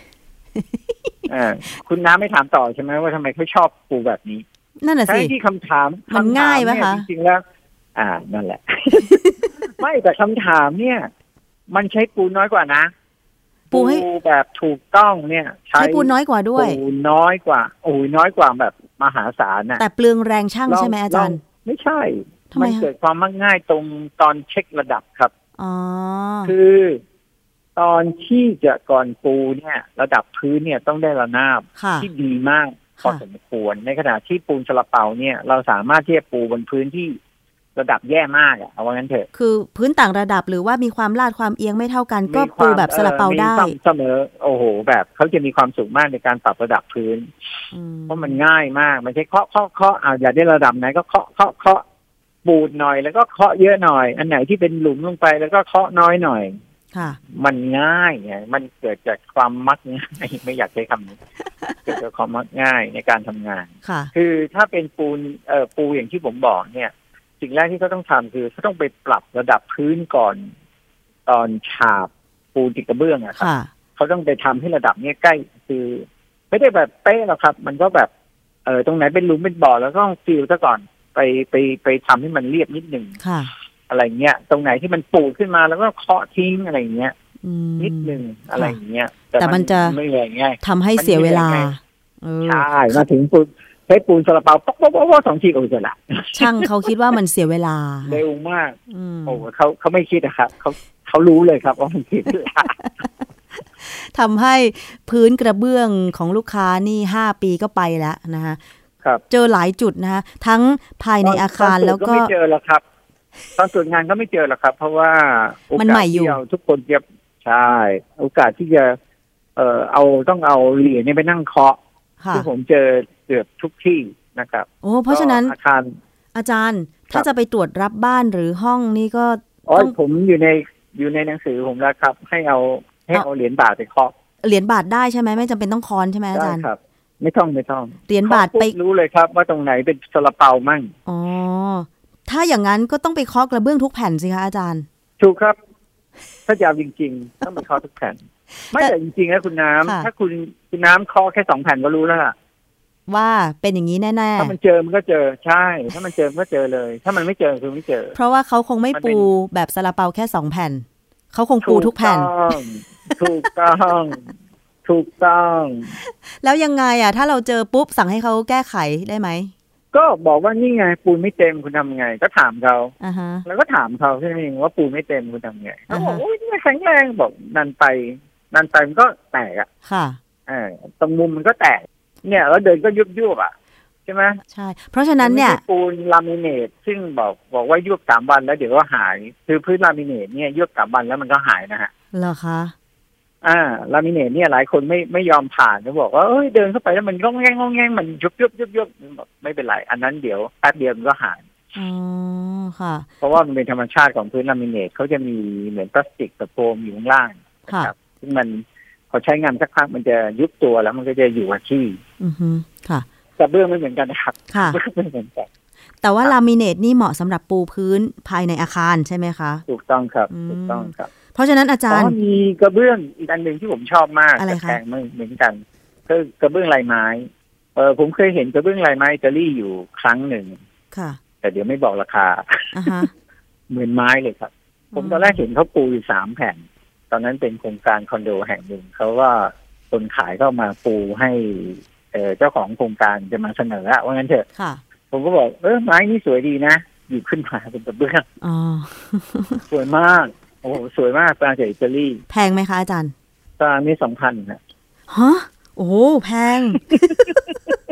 คุณน้าไม่ถามต่อใช่ไหมว่าทำไมเขาชอบปูแบบนี้นั่นแหละสิที่คำถามมันง่ายไหมคะจริงๆแล้วอ่านั่นแหละ ไม่แต่คำถามเนี่ยมันใช้ปูน้อยกว่านะปูแบบถูกต้องเนี่ยใช้ปูน้อยกว่าด้วยปูน้อยกว่าโอ้ยน้อยกว่าแบบมหาศาลน่ะแต่เปลืองแรงช่างใช่ไหมอาจารย์ไม่ใช่มันเกิดความมักง่ายตรงตอนเช็คระดับครับอ๋อคือตอนที่จะก่อนปูเนี่ยระดับพื้นเนี่ยต้องได้ระนาบที่ดีมากพอสมควรในขณะที่ปูนซาลาเปาเนี่ยเราสามารถที่จะปูบนพื้นที่ระดับแย่มากอ่ะเอาว่างั้นเถอะคือพื้นต่างระดับหรือว่ามีความลาดความเอียงไม่เท่ากันก็ปูแบบซาลาเปาได้เสมอโอ้โหแบบเขาจะมีความสุขมากในการปรับระดับพื้นเพราะมันง่ายมากไม่ใช่เคาะเคาะเคาะอ่าอยากได้ระดับไหนก็เคาะเคาะเคาะปูดหน่อยแล้วก็เคาะเยอะหน่อยอันไหนที่เป็นหลุมลงไปแล้วก็เคาะน้อยหน่อยมันง่ายไงมันเกิดจากความมักง่ายไม่อยากใช้คำนี้เกิดจากความมักง่ายในการทำงานคือถ้าเป็นปูนเอ่อปูอย่างที่ผมบอกเนี่ยสิ่งแรกที่เขาต้องทำคือเขาต้องไปปรับระดับพื้นก่อนตอนฉาบปูติดกระเบื้องอะครับเขาต้องไปทำให้ระดับนี้ใกล้คือไม่ได้แบบเป๊ะหรอกครับมันก็แบบเออตรงไหนเป็นหลุมเป็นบ่อแล้วก็ต้องซีลซะก่อนไปไปไปทำให้มันเรียบนิดหนึ่งอะไรเงี้ยตรงไหนที่มันปูขึ้นมาแล้วก็เคาะทิ้งอะไรเงี้ยนิดหนึ่งอะไรเงี้ยแต่มันจะไม่เลยง่ายทำให้เสียเวลาใช่มาถึงปูใช้ปูนซาลาเปาป๊อกป๊อกป๊อกสองทีโอ้ยจะละช่างเขาคิดว่ามันเสียเวลาเร็วมากโอ้เขาเขาไม่คิดอะครับเขาเขารู้เลยครับว่ามันเสียเวลาทำให้พื้นกระเบื้องของลูกค้านี่ห้าปีก็ไปแล้วนะคะครับเจอหลายจุดนะคะทั้งภายในอาคารแล้วก็ไม่เจอแล้วครับตอนตรวจงานก็ไม่เจอหรอกครับเพราะว่าโอกาสที่เราทุกคนจะใช่โอกาสที่จะเอ่อเอาต้องเอาเหรียญนี่ไปนั่งเคาะที่ผมเจอเกือบทุกที่นะครับโอ้เพราะฉะนั้นอาคารอาจารย์ถ้าจะไปตรวจรับบ้านหรือห้องนี่ก็อ๋อผมอยู่ในอยู่ในหนังสือผมแล้วครับให้เอาให้เอาเหรียญบาทไปเคาะเหรียญบาทได้ใช่ไหมไม่จำเป็นต้องค้อนใช่ไหมอาจารย์ครับไม่ต้องไม่ต้องเหรียญบาทไปรู้เลยครับว่าตรงไหนเป็นซาลาเปามั่งอ๋อถ้าอย่างนั้นก็ต้องไปเคาะกระเบื้องทุกแผ่นสิคะอาจารย์ถูกครับถ้าจะเอาจริงๆต้องไปเคาะทุกแผ่นไม่แต่จริงๆนะคุณน้ำถ้าคุณคุณน้ำเคาะแค่สองแผ่นก็รู้แล้วล่ะว่าเป็นอย่างนี้แน่ๆถ้ามันเจอมันก็เจอใช่ถ้ามันเจอมันก็เจอเลยถ้ามันไม่เจอคือไม่เจอเพราะว่าเขาคงไม่ปูแบบซาลาเปาแค่สองแผ่นเขาคงปูทุกแผ่นถูกต้องถูกต้องแล้วยังไงอ่ะถ้าเราเจอปุ๊บสั่งให้เขาแก้ไขได้ไหมก็บอกว่านี่ไงปูนไม่เต็มคุณทำไงก็ถามเขา uh-huh. แล้วก็ถามเขาใช่ไหมว่าปูนไม่เต็มคุณทำไงเขาบอกโอ้ยนี่แข็งแรงบอกนันไปนันไปมันก็แตกอ่ะค่ะเออตรงมุมมันก็แตกเนี่ยแล้วเดินก็ยุบยุบอ่ะใช่ไหมใช่เพราะฉะนั้นเนี่ยปูนลามิเนตซึ่งบอกบอกว่ายุบสามวันแล้วเดี๋ยวก็หายคือพื้นลามิเนตเนี่ยยุบสามวันแล้วมันก็หายนะฮะเหรอคะอ่าลามิเนตเนี่ยหลายคนไม่ไม่ยอมผ่านเขาบอกว่าเอ้ยเดินเข้าไปแล้วมันก็แง่งงแง่งมันยุบยุบยุบยุบไม่เป็นไรอันนั้นเดี๋ยวแป๊บเดียวมันก็หายอ๋อค่ะเพราะว่ามันเป็นธรรมชาติของพื้นลามิเนตเขาจะมีเหมือนพลาสติกกับโฟมอยู่ข้างล่างนะครับซึ่งมันพอใช้งานสักพักมันจะยุบตัวแล้วมันก็จะอยู่กับที่อือฮึค่ะแต่เบื้องไม่เหมือนกันนะครับค่ะไม่เหมือนกันแต่ว่าลามิเนตนี่เหมาะสำหรับปูพื้นภายในอาคารใช่ไหมคะถูกต้องครับถูกต้องครับเพราะฉะนั้นอาจารย์มีกระเบื้องอีกอันหนึ่งที่ผมชอบมากแต่แพงไม่เหมือนกันคือกระเบื้องลายไม้เออผมเคยเห็นกระเบื้องลายไม้อิตาลีอยู่ครั้งหนึ่งค่ะแต่เดี๋ยวไม่บอกราคา uh-huh. เหมือนไม้เลยครับ ผมตอนแรกเห็นเขาปูอยู่สามแผ่นตอนนั้นเป็นโครงการคอนโดแห่งหนึ่งเขาว่าคนขายเข้ามาปูให้เอ่อเจ้าของโครงการจะมาเสนอว่างั้นเถอะผมก็บอกเออไม้นี่สวยดีนะหยิบขึ้นมาเป็นกระเบื้องอ๋อสวยมากโอ้โหสวยมากปลาจากอิตาลีแพงไหมคะอาจารย์ปลานี่สองพันนะฮะโอ้แพง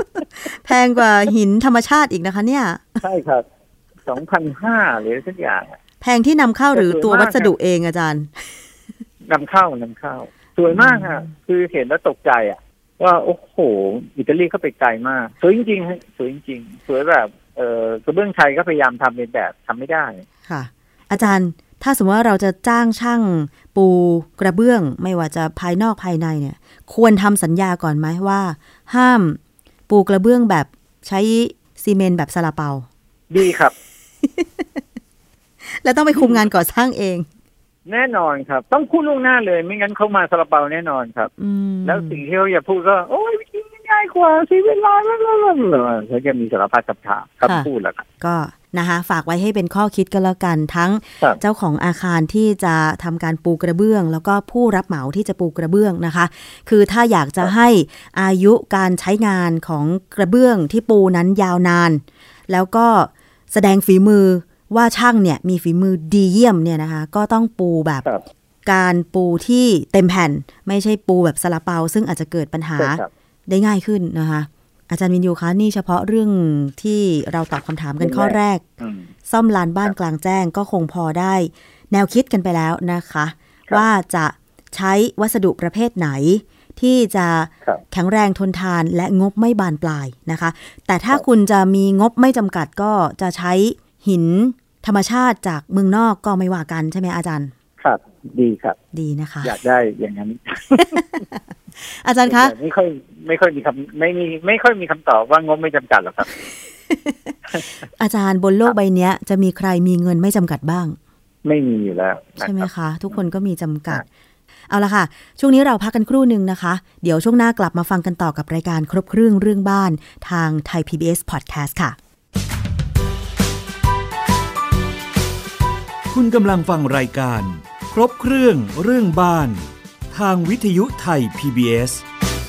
แพงกว่าหินธรรมชาติอีกนะคะเนี่ยใช่ครับ สองพันห้าร้อย หรือสักอย่างแพงที่นำเข้าหรือตัววัสดุเองอาจารย์นำเข้านำเข้าสวยมากค่ะคือเห็นแล้วตกใจอ่ะว่าโอ้โหอิตาลีเข้าไปไกลมากสวยจริงๆสวยจริงๆสวยแบบเออกระเบื้องไทยก็พยายามทำเป็นแบบทำไม่ได้ค่ะอาจารย์ถ้าสมมติว่าเราจะจ้างช่างปูกระเบื้องไม่ว่าจะภายนอกภายในเนี่ยควรทำสัญญาก่อนไหมว่าห้ามปูกระเบื้องแบบใช้ซีเมนต์แบบซาลาเปาดีครับแล้วต้องไปคุมงานก่อสร้างเองแน่นอนครับต้องพูดล่วงหน้าเลยไม่งั้นเขามาซาลาเปาแน่นอนครับแล้วสิ่งที่เขาอย่าพูดก็โอ้ยวิธีง่ายกว่าใช้เวลาแล้วๆเขาจะมีสารพัดคำถามคำพูดแหละก็นะคะฝากไว้ให้เป็นข้อคิดกันแล้วกันทั้งเจ้าของอาคารที่จะทำการปูกระเบื้องแล้วก็ผู้รับเหมาที่จะปูกระเบื้องนะคะคือถ้าอยากจะให้อายุการใช้งานของกระเบื้องที่ปูนั้นยาวนานแล้วก็แสดงฝีมือว่าช่างเนี่ยมีฝีมือดีเยี่ยมเนี่ยนะคะก็ต้องปูแบบการปูที่เต็มแผ่นไม่ใช่ปูแบบซาลาเปาซึ่งอาจจะเกิดปัญหาได้ง่ายขึ้นนะคะอาจารย์วินยูคะนี่เฉพาะเรื่องที่เราตอบคำถามกันข้อแรกซ่อมลานบ้านกลางแจ้งก็คงพอได้แนวคิดกันไปแล้วนะคะว่าจะใช้วัสดุประเภทไหนที่จะแข็งแรงทนทานและงบไม่บานปลายนะคะแต่ถ้าคุณจะมีงบไม่จำกัดก็จะใช้หินธรรมชาติจากเมืองนอกก็ไม่ว่ากันใช่ไหมอาจารย์ครับดีครับดีนะคะอยากได้อย่างนั้นอาจารย์คะไม่ค่อยไม่ค่อยมีคำไม่มีไม่ค่อยมีคำตอบว่างบไม่จำกัดหรอกครับอาจารย์บนโลกใบนี้จะมีใครมีเงินไม่จำกัดบ้างไม่มีอยู่แล้วใช่ไหมคะทุกคนก็มีจำกัดเอาละค่ะช่วงนี้เราพักกันครู่นึงนะคะเดี๋ยวช่วงหน้ากลับมาฟังกันต่อกับรายการครบเครื่องเรื่องบ้านทาง Thai พี บี เอส Podcast ค่ะคุณกำลังฟังรายการครบเครื่องเรื่องบ้านทางวิทยุไทย พี บี เอส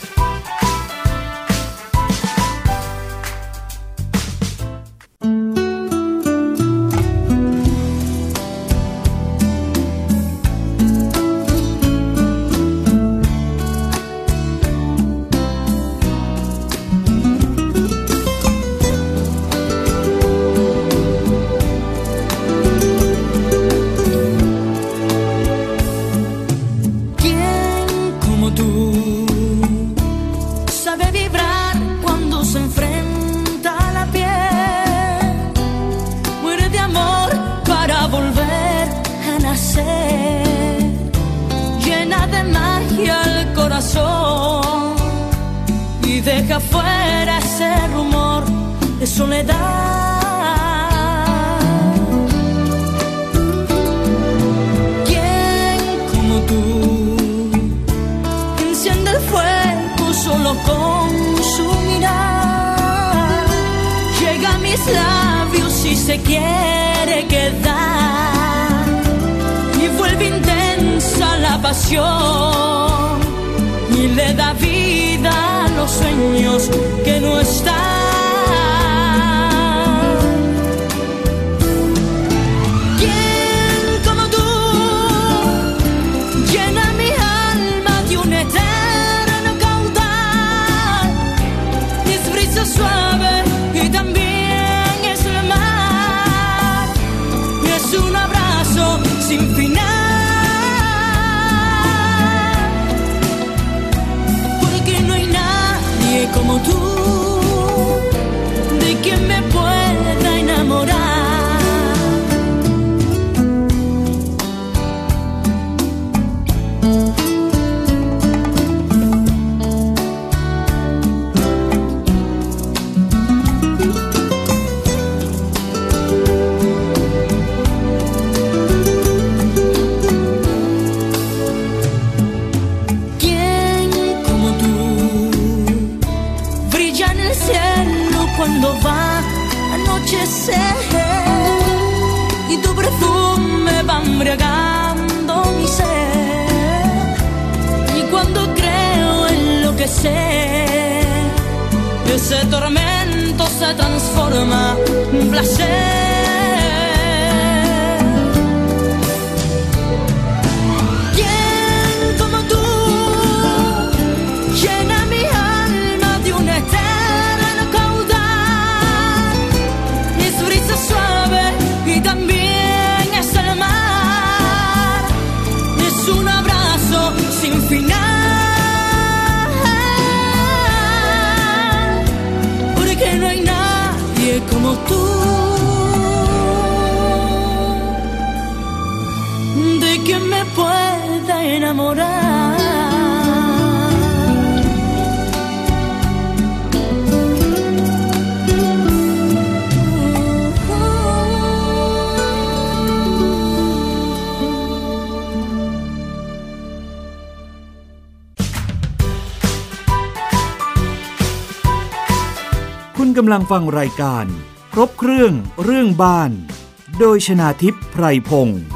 Deja fuera ese rumor de soledad. ¿Quién como tú enciende el fuego solo con su mirar? Llega a mis labios y se quiere quedar y vuelve intensa la pasión y le da vida a los sueños que no están. ¿Quién como tú llena mi alma de un eterno caudal? Es brisa suave y también es el mar. Es un abrazo sin final. Como tú, de quien me pueda enamorar. Cuando va a anochecer y tu perfume va embriagando mi ser, y cuando creo en lo que sé, ese tormento se transforma en placer. ¿Quién como tú llena mi alma de un eterno que me pueda enamorar. คุณกำลังฟังรายการครบเครื่องเรื่องบ้านโดยชนาทิพย์ไพรพงศ์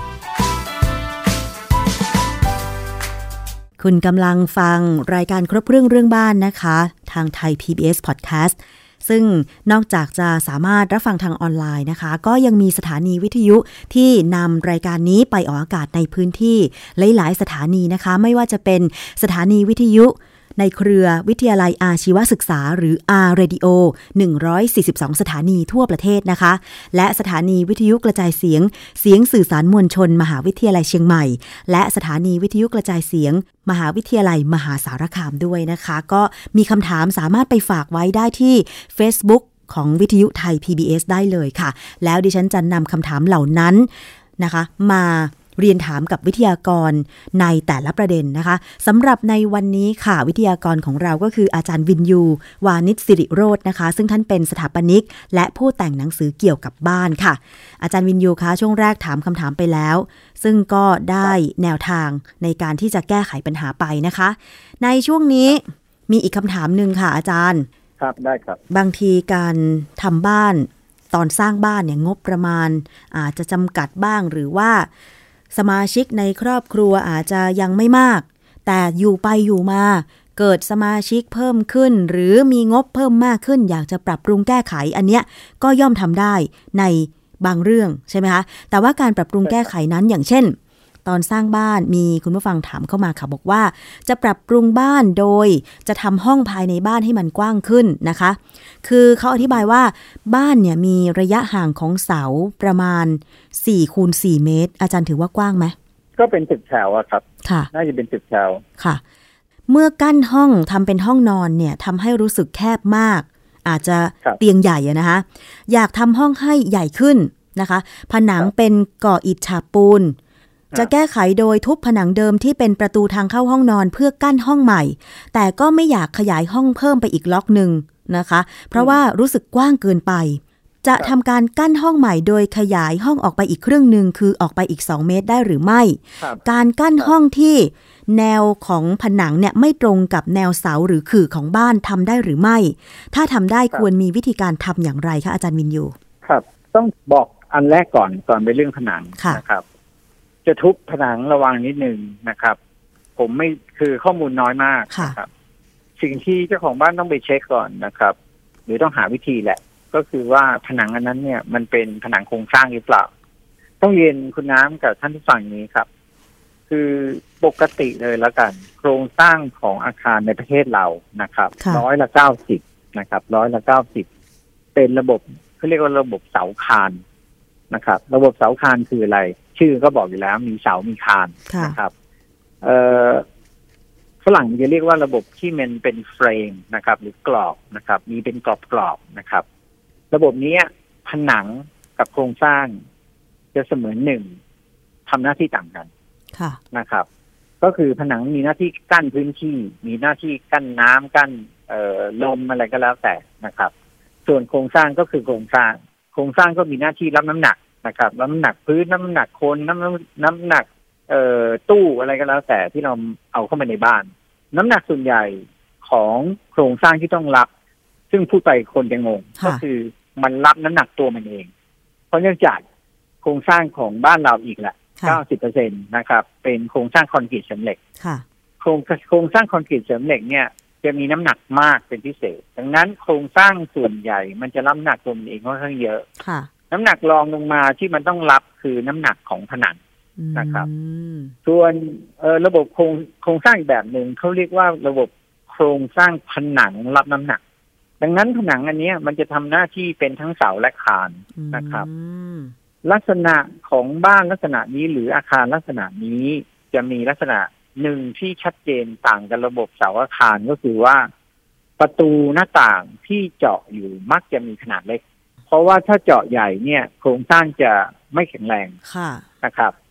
คุณกำลังฟังรายการครบเครื่องเรื่องบ้านนะคะทางไทย พี บี เอส Podcast ซึ่งนอกจากจะสามารถรับฟังทางออนไลน์นะคะก็ยังมีสถานีวิทยุที่นำรายการนี้ไปออกอากาศในพื้นที่หลายๆสถานีนะคะไม่ว่าจะเป็นสถานีวิทยุในเครือวิทยาลัยอาชีวศึกษาหรือ R Radio หนึ่งร้อยสี่สิบสองสถานีทั่วประเทศนะคะและสถานีวิทยุกระจายเสียงเสียงสื่อสารมวลชนมหาวิทยาลัยเชียงใหม่และสถานีวิทยุกระจายเสียงมหาวิทยาลัยมหาสารคามด้วยนะคะก็มีคำถามสามารถไปฝากไว้ได้ที่ Facebook ของวิทยุไทย พี บี เอส ได้เลยค่ะแล้วดิฉันจะนำคำถามเหล่านั้นนะคะมาเรียนถามกับวิทยากรในแต่ละประเด็นนะคะสำหรับในวันนี้ค่ะวิทยากรของเราก็คืออาจารย์วินยูวานิชสิริโรจน์นะคะซึ่งท่านเป็นสถาปนิกและผู้แต่งหนังสือเกี่ยวกับบ้านค่ะอาจารย์วินยูคะช่วงแรกถามคำถามไปแล้วซึ่งก็ได้แนวทางในการที่จะแก้ไขปัญหาไปนะคะในช่วงนี้มีอีกคำถามหนึ่งค่ะอาจารย์ครับได้ครับบางทีการทำบ้านตอนสร้างบ้านเนี่ยงบประมาณอาจจะจำกัดบ้างหรือว่าสมาชิกในครอบครัวอาจจะยังไม่มากแต่อยู่ไปอยู่มาเกิดสมาชิกเพิ่มขึ้นหรือมีงบเพิ่มมากขึ้นอยากจะปรับปรุงแก้ไขอันเนี้ยก็ย่อมทำได้ในบางเรื่องใช่ไหมคะแต่ว่าการปรับปรุงแก้ไขนั้นอย่างเช่นตอนสร้างบ้านมีคุณผู้ฟังถามเข้ามาค่ะบอกว่าจะปรับปรุงบ้านโดยจะทำห้องภายในบ้านให้มันกว้างขึ้นนะคะคือเขาอธิบายว่าบ้านเนี่ยมีระยะห่างของเสาประมาณสี่คูณสี่เมตรอาจารย์ถือว่ากว้างไหมก็เป็นตึกแถวอะครับค่ะน่าจะเป็นตึกแถวค่ะเมื่อกั้นห้องทำเป็นห้องนอนเนี่ยทำให้รู้สึกแคบมากอาจจะเตียงใหญ่นะคะอยากทำห้องให้ใหญ่ขึ้นนะคะผนังเป็นก่ออิฐฉาบปูนจะแก้ไขโดยทุบผนังเดิมที่เป็นประตูทางเข้าห้องนอนเพื่อกั้นห้องใหม่แต่ก็ไม่อยากขยายห้องเพิ่มไปอีกล็อกนึงนะคะเพราะว่ารู้สึกกว้างเกินไปจะทำการกั้นห้องใหม่โดยขยายห้องออกไปอีกครึ่งนึงคือออกไปอีกสองเมตรได้หรือไม่การกั้นห้องที่แนวของผนังเนี่ยไม่ตรงกับแนวเสาหรือขื่อของบ้านทำได้หรือไม่ถ้าทำได้ควรมีวิธีการทำอย่างไรคะอาจารย์วินยูครับต้องบอกอันแรกก่อนก่อนไปเรื่องผนังนะครับจะทุบผนังระวังนิดนึงนะครับผมไม่คือข้อมูลน้อยมากนะครับสิ่งที่เจ้าของบ้านต้องไปเช็คก่อนนะครับหรือต้องหาวิธีแหละก็คือว่าผนังอันนั้นเนี่ยมันเป็นผนังโครงสร้างหรือเปล่าต้องเรียนคุณน้ำกับท่านผู้ฟังนี้ครับคือปกติเลยแล้วกันโครงสร้างของอาคารในประเทศเรานะครับร้อยละเก้าสิบนะครับร้อยละเก้าสิบเป็นระบบเขาเรียกว่าระบบเสาคานนะครับระบบเสาคานคืออะไรชื่อก็บอกอยู่แล้วมีเสามีคานนะครับเอ่อฝรั่งจะเรียกว่าระบบที่มันเป็นเฟรมนะครับหรือกรอบนะครับมีเป็นกรอบกรอบนะครับระบบนี้ผนังกับโครงสร้างจะเสมือนหนึ่งทำหน้าที่ต่างกันนะครับก็คือผนังมีหน้าที่กั้นพื้นที่มีหน้าที่กั้นน้ำกั้นเอ่อลมอะไรก็แล้วแต่นะครับส่วนโครงสร้างก็คือโครงสร้างโครงสร้างก็มีหน้าที่รับน้ำหนักนะครับน้ำหนักพื้นน้ำหนักคนน้ำน้ำหนักเอ่อตู้อะไรก็แล้วแต่ที่เราเอาเข้ามาในบ้านน้ำหนักส่วนใหญ่ของโครงสร้างที่ต้องรับซึ่งพูดไปคนจะงงก็คือมันรับน้ำหนักตัวมันเองเพราะเนื่องจากโครงสร้างของบ้านเราอีกแหละ เก้าสิบเปอร์เซ็นต์ นะครับเป็นโครงสร้างคอนกรีตเสริมเหล็กโครงโครงสร้างคอนกรีตเสริมเหล็กเนี่ยจะมีน้ำหนักมากเป็นพิเศษดังนั้นโครงสร้างส่วนใหญ่มันจะรับน้ำหนักตัวมันเองค่อนข้างเยอะน้ำหนักรองลงมาที่มันต้องรับคือน้ำหนักของผนังนะครับส่วนเอ่อระบบโครงโครงสร้างอีกแบบหนึ่งเขาเรียกว่าระบบโครงสร้างผนังรับน้ำหนักดังนั้นผนังอันนี้มันจะทำหน้าที่เป็นทั้งเสาและคานนะครับลักษณะของบ้านลักษณะนี้หรืออาคารลักษณะนี้จะมีลักษณะหนึ่งที่ชัดเจนต่างกับระบบเสาอาคารก็คือว่าประตูหน้าต่างที่เจาะอยู่มักจะมีขนาดเล็กเพราะว่าถ้าเจาะใหญ่เนี่ยโครงสร้างจะไม่แข็งแรงนะครับ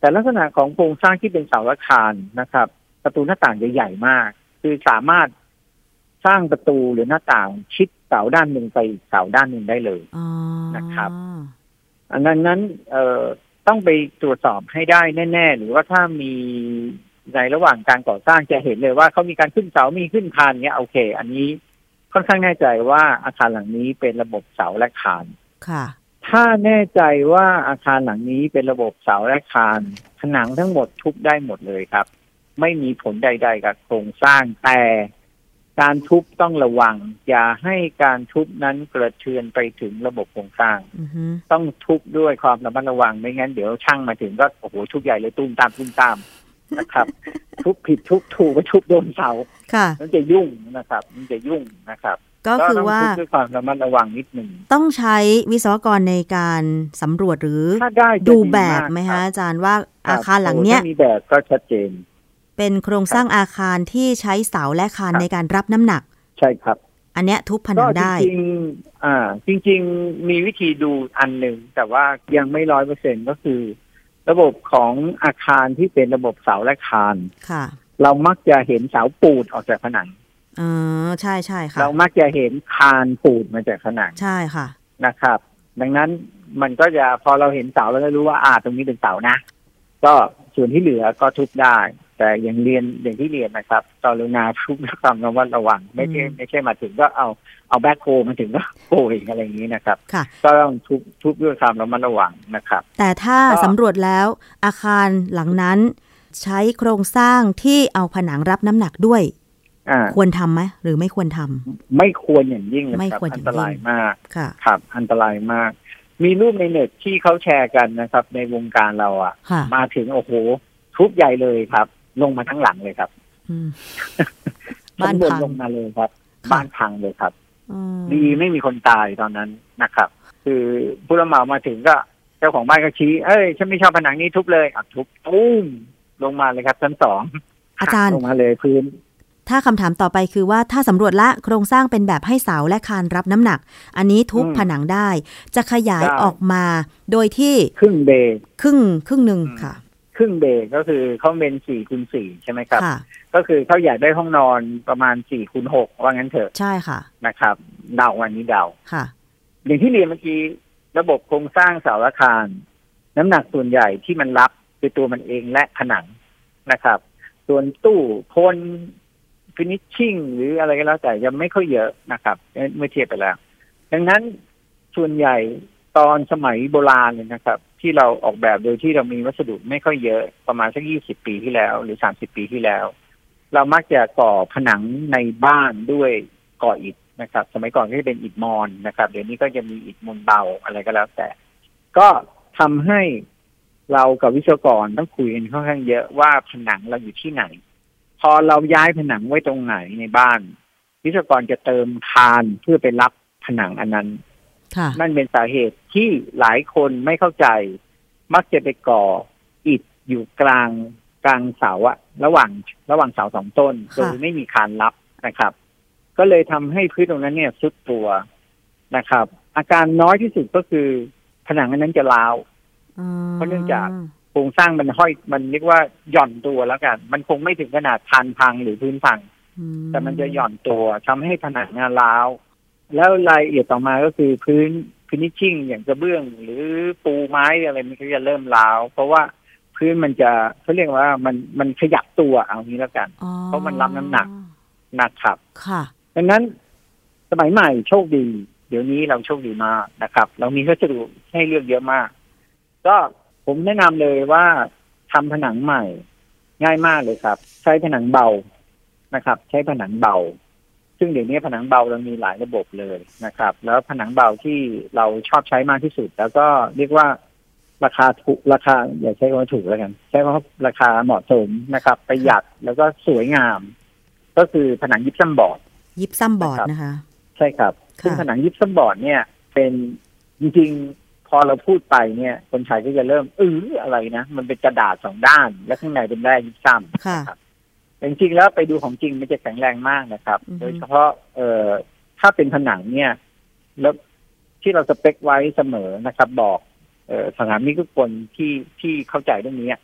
แต่ลักษณะของโครงสร้างที่เป็นเสาอาคารนะครับประตูหน้าต่างจะใหญ่มากคือสามารถสร้างประตูหรือหน้าต่างชิดเสาด้านหนึ่งไปอีกเสาด้านหนึ่งได้เลยนะครับอันนั้นนั้นเอ่อต้องไปตรวจสอบให้ได้แน่ๆหรือว่าถ้ามีในระหว่างการก่อสร้างจะเห็นเลยว่าเขามีการขึ้นเสามีขึ้นคานเนี้ยโอเคอันนี้ค่อนข้างแน่ใจว่าอาคารหลังนี้เป็นระบบเสาและคานค่ะถ้าแน่ใจว่าอาคารหลังนี้เป็นระบบเสาและคานผนังทั้งหมดทุบได้หมดเลยครับไม่มีผลใดๆกับโครงสร้างแต่การทุบต้องระวังอย่าให้การทุบนั้นกระเทือนไปถึงระบบโครงสร้าง uh-huh. ต้องทุบด้วยความระมัดระวังไม่งั้นเดี๋ยวช่างมาถึงก็โอ้โหทุบใหญ่เลยตุ้มตามตุ้มตามนะครับ ทุบผิดทุบถูกไปทุบโดนเสามันจะยุ่งนะครับมันจะยุ่งนะครับก็คือว่าต้องทุบด้วยความระมัดระวังนิดนึงต้องใช้วิศวกรในการสำรวจหรือดูแบบไหมคะอาจารย์ว่าอาคารหลังเนี้ยมีแบบก็ชัดเจนเป็นโครงสร้างอาคารที่ใช้เสาและคานในการรับน้ำหนักใช่ครับอันเนี้ยทุบผนังได้จริงๆอ่าจริงๆมีวิธีดูอันหนึ่งแต่ว่ายังไม่ร้อยเปอร์เซ็นต์ก็คือระบบของอาคารที่เป็นระบบเสาและคานค่ะเรามักจะเห็นเสาปูดออกจากผนังอ๋อใช่ใช่ค่ะเรามักจะเห็นคานปูดมาจากผนังใช่ค่ะนะครับดังนั้นมันก็จะพอเราเห็นเสาเราก็รู้ว่าอ่าตรงนี้เป็นเสานะก็ส่วนที่เหลือก็ทุบได้แต่อย่างเรียนอย่างที่เรียนนะครับกรุณาทุบด้วยความระมัดระวังไม่ใช่ไม่ใช่มาถึงก็เอาเอาแบ็คโฮมาถึงก็โอยอะไรอย่างนี้นะครับก็ต้องทุบทุบด้วยความระมัดระวังนะครับแต่ถ้าสำรวจแล้วอาคารหลังนั้นใช้โครงสร้างที่เอาผนังรับน้ำหนักด้วยควรทำไหมหรือไม่ควรทำไม่ควรอย่างยิ่งเลยครับอันตรายมากครับอันตรายมากมีรูปในเน็ตที่เขาแชร์กันนะครับในวงการเราอ่ะมาถึงโอ้โหทุบใหญ่เลยครับลงมาทั้งหลังเลยครับบ้านพังลงมาเลยครับบ้านพังเลยครับดีไม่มีคนตายตอนนั้นนะครับคือผู้รับเหมามาถึงก็เจ้าของบ้านก็ชี้เอ้ยฉันไม่ชอบผนังนี้ทุบเลยอ่ะทุบตุ้มลงมาเลยครับชั้นสองอาจารย์ลงมาเลยพื้นถ้าคำถามต่อไปคือว่าถ้าสำรวจละโครงสร้างเป็นแบบให้เสาและคานรับน้ำหนักอันนี้ทุบผนังได้จะขยายออกมาโดยที่ครึ่งเบย์ครึ่งครึ่งหนึ่งค่ะครึ่งเบย์ก็คือเขาเป็นสี่คูณสี่ใช่ไหมครับก็คือเขาอยากได้ห้องนอนประมาณสี่คูณหกว่างั้นเถอะใช่ค่ะนะครับเดาวันนี้เดาค่ะอย่างที่เรียนเมื่อกี้ระบบโครงสร้างเสาอาคารน้ำหนักส่วนใหญ่ที่มันรับคือตัวมันเองและผนังนะครับส่วนตู้พ่นฟินิชชิ่งหรืออะไรก็แล้วแต่ยังไม่ค่อยเยอะนะครับเมื่อเทียบไปแล้วดังนั้นส่วนใหญ่ตอนสมัยโบราณเนี่ยนะครับที่เราออกแบบโดยที่เรามีวัสดุไม่ค่อยเยอะประมาณสักยี่สิบปีที่แล้วหรือสามสิบปีที่แล้วเรามักจะก่อผนังในบ้านด้วยก่ออิฐนะครับสมัยก่อนก็จะเป็นอิฐมอนนะครับเดี๋ยวนี้ก็จะมีอิฐมวลเบาอะไรก็แล้วแต่ก็ทำให้เรากับวิศวกรต้องคุยกันค่อนข้างเยอะว่าผนังเราอยู่ที่ไหนพอเราย้ายผนังไว้ตรงไหนในบ้านวิศวกรจะเติมคานเพื่อไปรับผนังอันนั้นนั่นเป็นสาเหตุที่หลายคนไม่เข้าใจมักจะไปก่ออิฐอยู่กลางกลางเสาอะระหว่างระหว่างเสาสองต้นโดยไม่มีคานรับนะครับก็เลยทำให้พื้นตรงนั้นเนี่ยทรุดตัวนะครับอาการน้อยที่สุดก็คือผนังอันนั้นจะร้าวเพราะเนื่องจากโครงสร้างมันห้อยมันเรียกว่าหย่อนตัวแล้วกันมันคงไม่ถึงขนาดคานพังหรือพื้นพังแต่มันจะหย่อนตัวทำให้ผนังงานร้าวแล้วรายละเอียดต่อมาก็คือพื้นฟินิชชิ่งอย่างกระเบื้องหรือปูไม้อะไรมันก็จะเริ่มร้าวเพราะว่าพื้นมันจะเขาเรียกว่ามันมันขยับตัวเอางี้แล้วกันเพราะมันรับน้ำหนักนะครับค่ะดังนั้นสมัยใหม่โชคดีเดี๋ยวนี้เราโชคดีมากนะครับเรามีวัสดุให้เลือกเยอะมากก็ผมแนะนำเลยว่าทำผนังใหม่ง่ายมากเลยครับใช้ผนังเบานะครับใช้ผนังเบาซึ่งเดี๋ยวนี้ผนังเบาเรามีหลายระบบเลยนะครับแล้วผนังเบาที่เราชอบใช้มากที่สุดแล้วก็เรียกว่าราคาถูกราคาอย่าใช้คำว่าถูกแล้วกันใช้คำว่าราคาเหมาะสมนะครับประหยัดแล้วก็สวยงามก็คือผนังยิปซัมบอร์ดยิปซัมบอร์ดนะคะใช่ครับซึ่งผนังยิปซัมบอร์ดเนี่ยเป็นจริงๆพอเราพูดไปเนี่ยคนไทยก็จะเริ่มเอออะไรนะมันเป็นกระดาษสองด้านและข้างในเป็นแร่ยิปซัมครับจริงๆแล้วไปดูของจริงมันจะแข็งแรงมากนะครับโดยเฉพาะเอ่อถ้าเป็นผนังเนี่ยแล้วที่เราสเปคไว้เสมอนะครับบอกเอ่อสถานีทุกคนที่ที่เข้าใจเรื่องนี้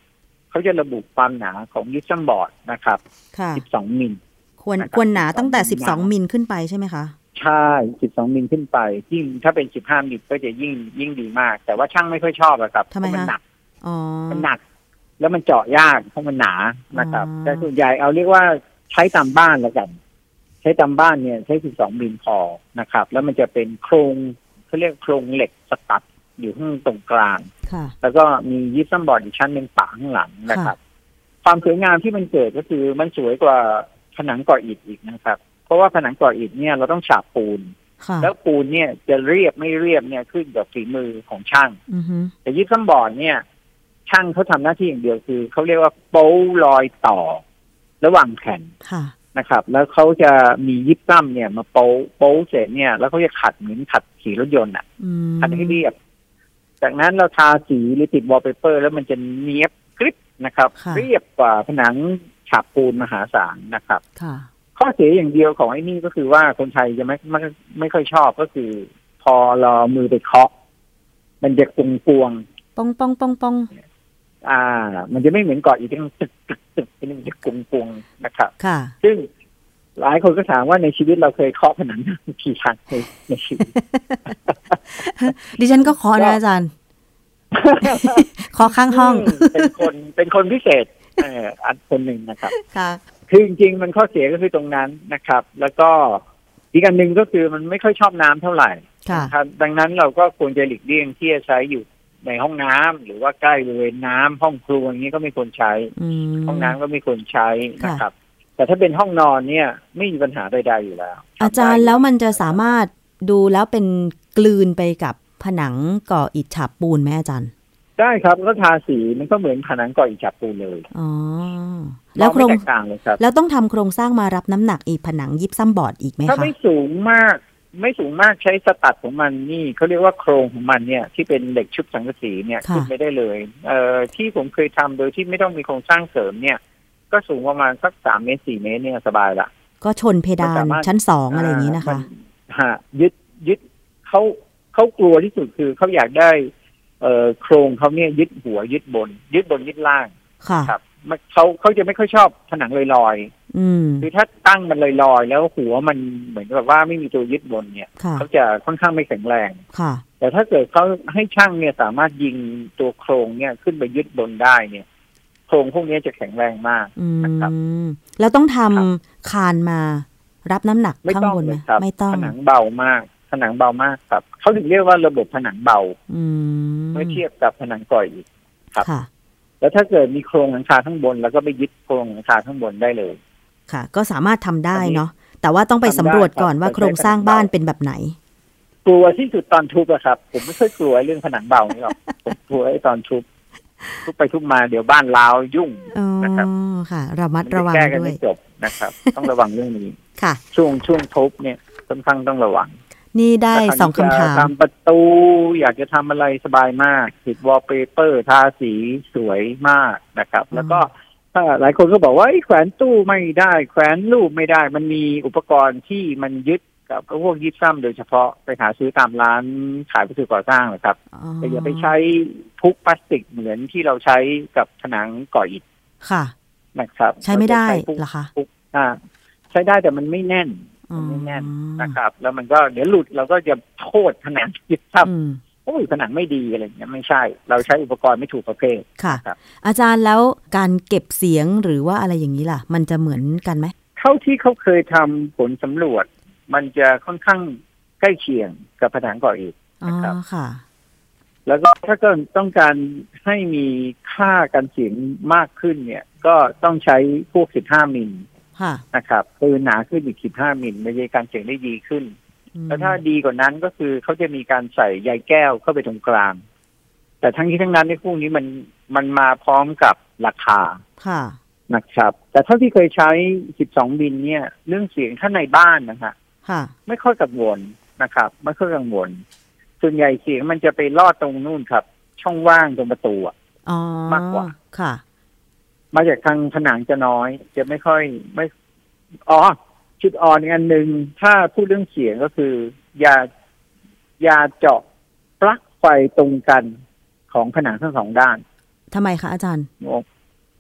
เขาจะระบุความหนาของยิปซัมบอร์ดนะครับสิบสองมิลควรควรหนาตั้งแต่สิบสองมิลขึ้นไปใช่ไหมคะใช่สิบสองมิลขึ้นไปยิ่งถ้าเป็นสิบห้ามิลก็จะยิ่งยิ่งดีมากแต่ว่าช่างไม่ค่อยชอบอะครับเพราะมันหนักอ๋อมันหนักแล้วมันเจาะยากเพราะมันหนานะครับแต่ส่วนใหญ่เอาเรียกว่าใช้ตามบ้านแล้วกันใช้ตามบ้านเนี่ยใช้สิบสองมิลพอนะครับแล้วมันจะเป็นโครงเขาเรียกโครงเหล็กสตัดอยู่ข้างตรงกลางแล้วก็มียิปซัมบอร์ดอีกชั้นหนึ่งปะข้างหลังนะครับความสวยงามที่มันเกิดก็คือมันสวยกว่าผนังก่ออิฐอีกนะครับเพราะว่าผนังก่ออิฐเนี่ยเราต้องฉาบปูนแล้วปูนเนี่ยจะเรียบไม่เรียบเนี่ยขึ้นกับฝีมือของช่างแต่ยิปซัมบอร์ดเนี่ยช่างเขาทำหน้าที่อย่างเดียวคือเขาเรียกว่าโป๊รอยต่อระหว่างแผ่นนะครับแล้วเขาจะมียิปซัมเนี่ยมาโป๊โป๊เสร็จเนี่ยแล้วเขาจะขัดเหมือนขัดสีรถยนต์อ่ะขัดให้เรียบจากนั้นเราทาสีหรือติดวอลเปเปอร์แล้วมันจะเนียบกริบนะครับเรียบกว่าผนังฉาบปูนมหาศาลนะครับข้อเสียอย่างเดียวของไอ้นี่ก็คือว่าคนไทยจะไม่ไม่ไม่ค่อยชอบก็คือพอเรามือไปเคาะมันจะกงกวงปองปองปองปองอ่ามันจะไม่เหมือนก่อนอีกที่มันตึกตึกตึกมันจะกงกวงนะครับค่ะซึ่งหลายคนก็ถามว่าในชีวิตเราเคยเคาะผนังกี่ครั้งในในชีวิตดิฉันก็เคาะนะอาจารย์เคาะข้างห้องเป็นคนเป็นคนพิเศษเอ่ออันคนหนึ่งนะครับค่ะคือจริงๆมันข้อเสียก็คือตรงนั้นนะครับแล้วก็อีกอันหนึ่งก็คือมันไม่ค่อยชอบน้ำเท่าไหร่ครับดังนั้นเราก็ควรจะหลีกเลี่ยงที่จะใช้อยู่ในห้องน้ำหรือว่าใกล้บริเวณน้ำห้องครัวอย่างนี้ก็ไม่ควรใช้ห้องน้ำก็ไม่ควรใช้นะครับแต่ถ้าเป็นห้องนอนเนี่ยไม่มีปัญหาใดๆอยู่แล้วอาจารย์แล้วมันจะสามารถดูแล้วเป็นกลืนไปกับผนังก่ออิฐฉาบปูนไหมอาจารย์ได้ครับก็ทาสีมันก็เหมือนผนังก่ออิฐฉาบปูนเลยอ๋อแล้วโครงแล้วต้องทำโครงสร้างมารับน้ำหนักอีกผนังยิปซัมบอร์ดอีกไหมคะถ้าไม่สูงมากไม่สูงมากใช้สตัดของมันนี่เขาเรียกว่าโครงของมันเนี่ยที่เป็นเหล็กชุบสังกะสีเนี่ยขึ้นไม่ได้เลยเอ่อที่ผมเคยทำโดยที่ไม่ต้องมีโครงสร้างเสริมเนี่ยก็สูงประมาณสักสามเมตรสี่เมตรเนี่ยสบายละก็ชนเพดานชั้นสองอะไรอย่างนี้นะคะฮะยึดยึดเขาเขากลัวที่สุดคือเขาอยากได้เอ่อโครงเขาเนี่ยยึดหัวยึดบนยึดบนยึดล่างครับเขาเขาจะไม่ค่อยชอบผนังลอยๆคือถ้าตั้งมันลอยๆแล้วหัวมันเหมือนกับว่าไม่มีตัวยึดบนเนี่ยเขาจะค่อนข้างไม่แข็งแรงแต่ถ้าเกิดเขาให้ช่างเนี่ยสามารถยิงตัวโครงเนี่ยขึ้นไปยึดบนได้เนี่ยโครงพวกนี้จะแข็งแรงมากนะครับแล้วต้องทำคานมารับน้ำหนักข้างบนไหมไม่ต้องผนังเบามากผนังเบามากครับเขาถึงเรียกว่าระบบผนังเบาเมื่อเทียบกับผนังก่ออิฐครับแล้วถ้าเกิดมีโครงหลังคาข้างบนแล้วก็ไปยึดโครงหลังคาข้างบนได้เลยค่ะก็สามารถทำได้เนาะแต่ว่าต้องไปสำรวจก่อนว่าโครงสร้างบ้านเป็นแบบไหนกลัวที่สุดตอนทุบอะครับผมไม่ค่อยกลัวเรื่องผนังเบานี่หรอกผมกลัวไอ้ตอนทุบทุบไปทุบมาเดี๋ยวบ้านร้าวยุ่งนะครับค่ะระมัดระวังด้วยแก้กันไม่จบนะครับต้องระวังเรื่องนี้ค่ะช่วงช่วงทุบเนี่ยค่อนข้างต้องระวังนี่ได้สองคำถามทำประตูอยากจะทำอะไรสบายมากติดวอลเปเปอร์ทาสีสวยมากนะครับแล้วก็ถ้าหลายคนก็บอกว่าแขวนตู้ไม่ได้แขวนรูปไม่ได้มันมีอุปกรณ์ที่มันยึดกับพวกยิปซัมโดยเฉพาะไปหาซื้อตามร้านขายวัสดุก่อสร้างนะครับแต่อย่าไปใช้พุกพลาสติกเหมือนที่เราใช้กับผนังก่ออิฐค่ะนะครับใช้ไม่ได้เหรอคะอ่าใช้ได้แต่มันไม่แน่นไม่แน่นนะครับแล้วมันก็เดี๋ยวหลุดเราก็จะโทษผนังยิปซัมโอ้ยผนังไม่ดีอะไรเงี้ยไม่ใช่เราใช้อุปกรณ์ไม่ถูกประเภทค่ะอาจารย์แล้วการเก็บเสียงหรือว่าอะไรอย่างนี้ล่ะมันจะเหมือนกันไหมเท่าที่เขาเคยทำผลสำรวจมันจะค่อนข้างใกล้เคียงกับผนังก่ออิฐนะครับค่ะแล้วก็ถ้าเกิดต้องการให้มีค่าการเสียงมากขึ้นเนี่ยก็ต้องใช้พวกสิบห้ามิลนะครับคือหนาขึ้นอีกสิบห้ามิลในการเสียงได้ดีขึ้นแล้วถ้าดีกว่านั้นก็คือเขาจะมีการใส่ใยแก้วเข้าไปตรงกลางแต่ทั้งนี้ทั้งนั้นในพวกนี้มันมันมาพร้อมกับราคาค่ะนะครับแต่เท่าที่เคยใช้สิบสองมิลเนี่ยเรื่องเสียงถ้าในบ้านนะฮะไม่ค่อยกังวลนะครับไม่ค่อยกังวลส่วนใหญ่เสียงมันจะไปลอดตรงนู่นครับช่องว่างตรงประตูอ่ะมากกว่าค่ะมาจากทางผนังจะน้อยจะไม่ค่อยไม่อ๋อจุดอ่อนอันหนึ่งถ้าพูดเรื่องเสียงก็คืออย่าอย่าเจาะปลั๊กไฟตรงกันของผนังทั้งสองด้านทำไมคะอาจารย์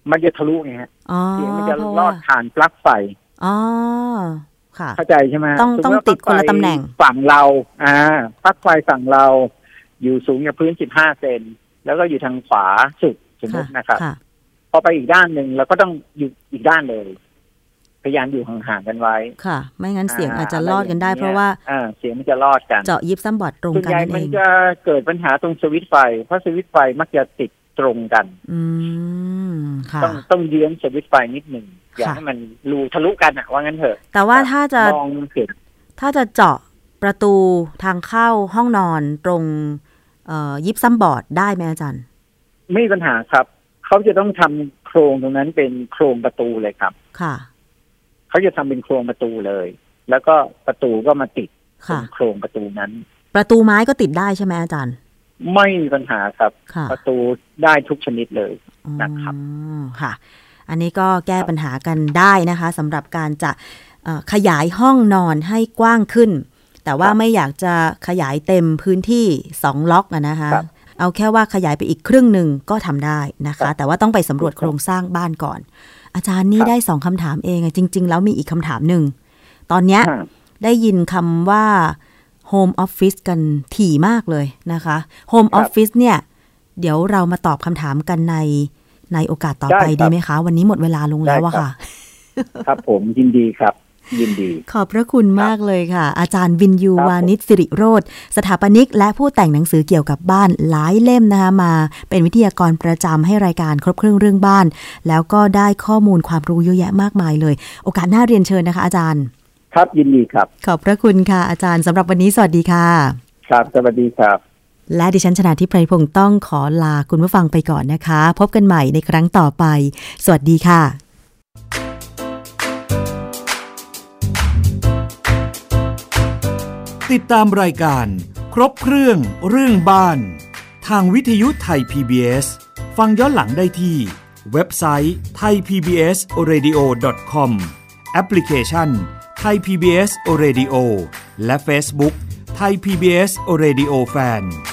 มันจะทะลุไงฮะเสียงมันจะลอดผ่านปลั๊กไฟอ๋อค่ะเข้าใจใช่ไหมต้องต้องติดคนละตำแหน่งฝั่งเราอ่าปลั๊กไฟฝั่งเราอยู่สูงจากพื้นสิบห้าเซนแล้วก็อยู่ทางขวาสุดสมมตินะครับพอไปอีกด้านหนึ่งเราก็ต้องอยู่อีกด้านเลยพยายามอยู่ห่างๆกันไว้ค่ะไม่งั้นเสียงอาจจะลอดกันได้เพราะว่าเสียงมันจะลอดกันเจาะยิบซ้ำบอร์ดตรงกันนั่นเองมันจะเกิดปัญหาตรงสวิตช์ไฟเพราะสวิตช์ไฟมักจะติดตรงกันอืมค่ะต้องต้องเยื้องสวิตช์ไฟนิดหนึ่งอย่าให้มันรูทะลุกันอะว่างั้นเถอะแต่ว่าถ้าจะมองเห็นถ้าจะเจาะประตูทางเข้าห้องนอนตรงเอ่อยิบซ้ำบอร์ดได้ไหมอาจารย์ไม่มีปัญหาครับเขาจะต้องทำโครงตรงนั้นเป็นโครงประตูเลยครับค่ะเขาจะทำเป็นโครงประตูเลยแล้วก็ประตูก็มาติดเป็นโครงประตูนั้นประตูไม้ก็ติดได้ใช่ไหมอาจารย์ไม่มีปัญหาครับประตูได้ทุกชนิดเลยนะครับค่ะอันนี้ก็แก้ปัญหากันได้นะคะสำหรับการจะขยายห้องนอนให้กว้างขึ้นแต่ว่าไม่อยากจะขยายเต็มพื้นที่สองล็อกนะคะเอาแค่ว่าขยายไปอีกครึ่งหนึ่งก็ทำได้นะคะแต่ว่าต้องไปสำรวจโครงสร้างบ้านก่อนอาจารย์นี่ได้สองคำถามเองจริงๆแล้วมีอีกคำถามหนึ่งตอนนี้ได้ยินคำว่า Home Office กันถี่มากเลยนะคะ Home Office เนี่ยเดี๋ยวเรามาตอบคำถามกันในในโอกาสต่อไปดีไหมคะวันนี้หมดเวลาลงแล้วอะค่ะครับผมยินดีครับยินดีขอบพระคุณมากเลยค่ะอาจารย์วินยูวานิชสิริโรจน์สถาปนิกและผู้แต่งหนังสือเกี่ยวกับบ้านหลายเล่มนะคะมาเป็นวิทยากรประจำให้รายการครบเครื่องเรื่องบ้านแล้วก็ได้ข้อมูลความรู้เยอะแยะมากมายเลยโอกาสหน้าเรียนเชิญนะคะอาจารย์ครับยินดีครับขอบพระคุณค่ะอาจารย์สำหรับวันนี้สวัสดีค่ะครับสวัสดีครับและดิฉันชนาธิปไพพงศ์ต้องขอลาคุณผู้ฟังไปก่อนนะคะพบกันใหม่ในครั้งต่อไปสวัสดีค่ะติดตามรายการครบเครื่องเรื่องบ้านทางวิทยุไทย พี บี เอส ฟังย้อนหลังได้ที่เว็บไซต์ ไทย พี บี เอส เรดิโอ ดอท คอม แอปพลิเคชัน Thai พี บี เอส Radio และ Facebook Thai พี บี เอส Radio Fan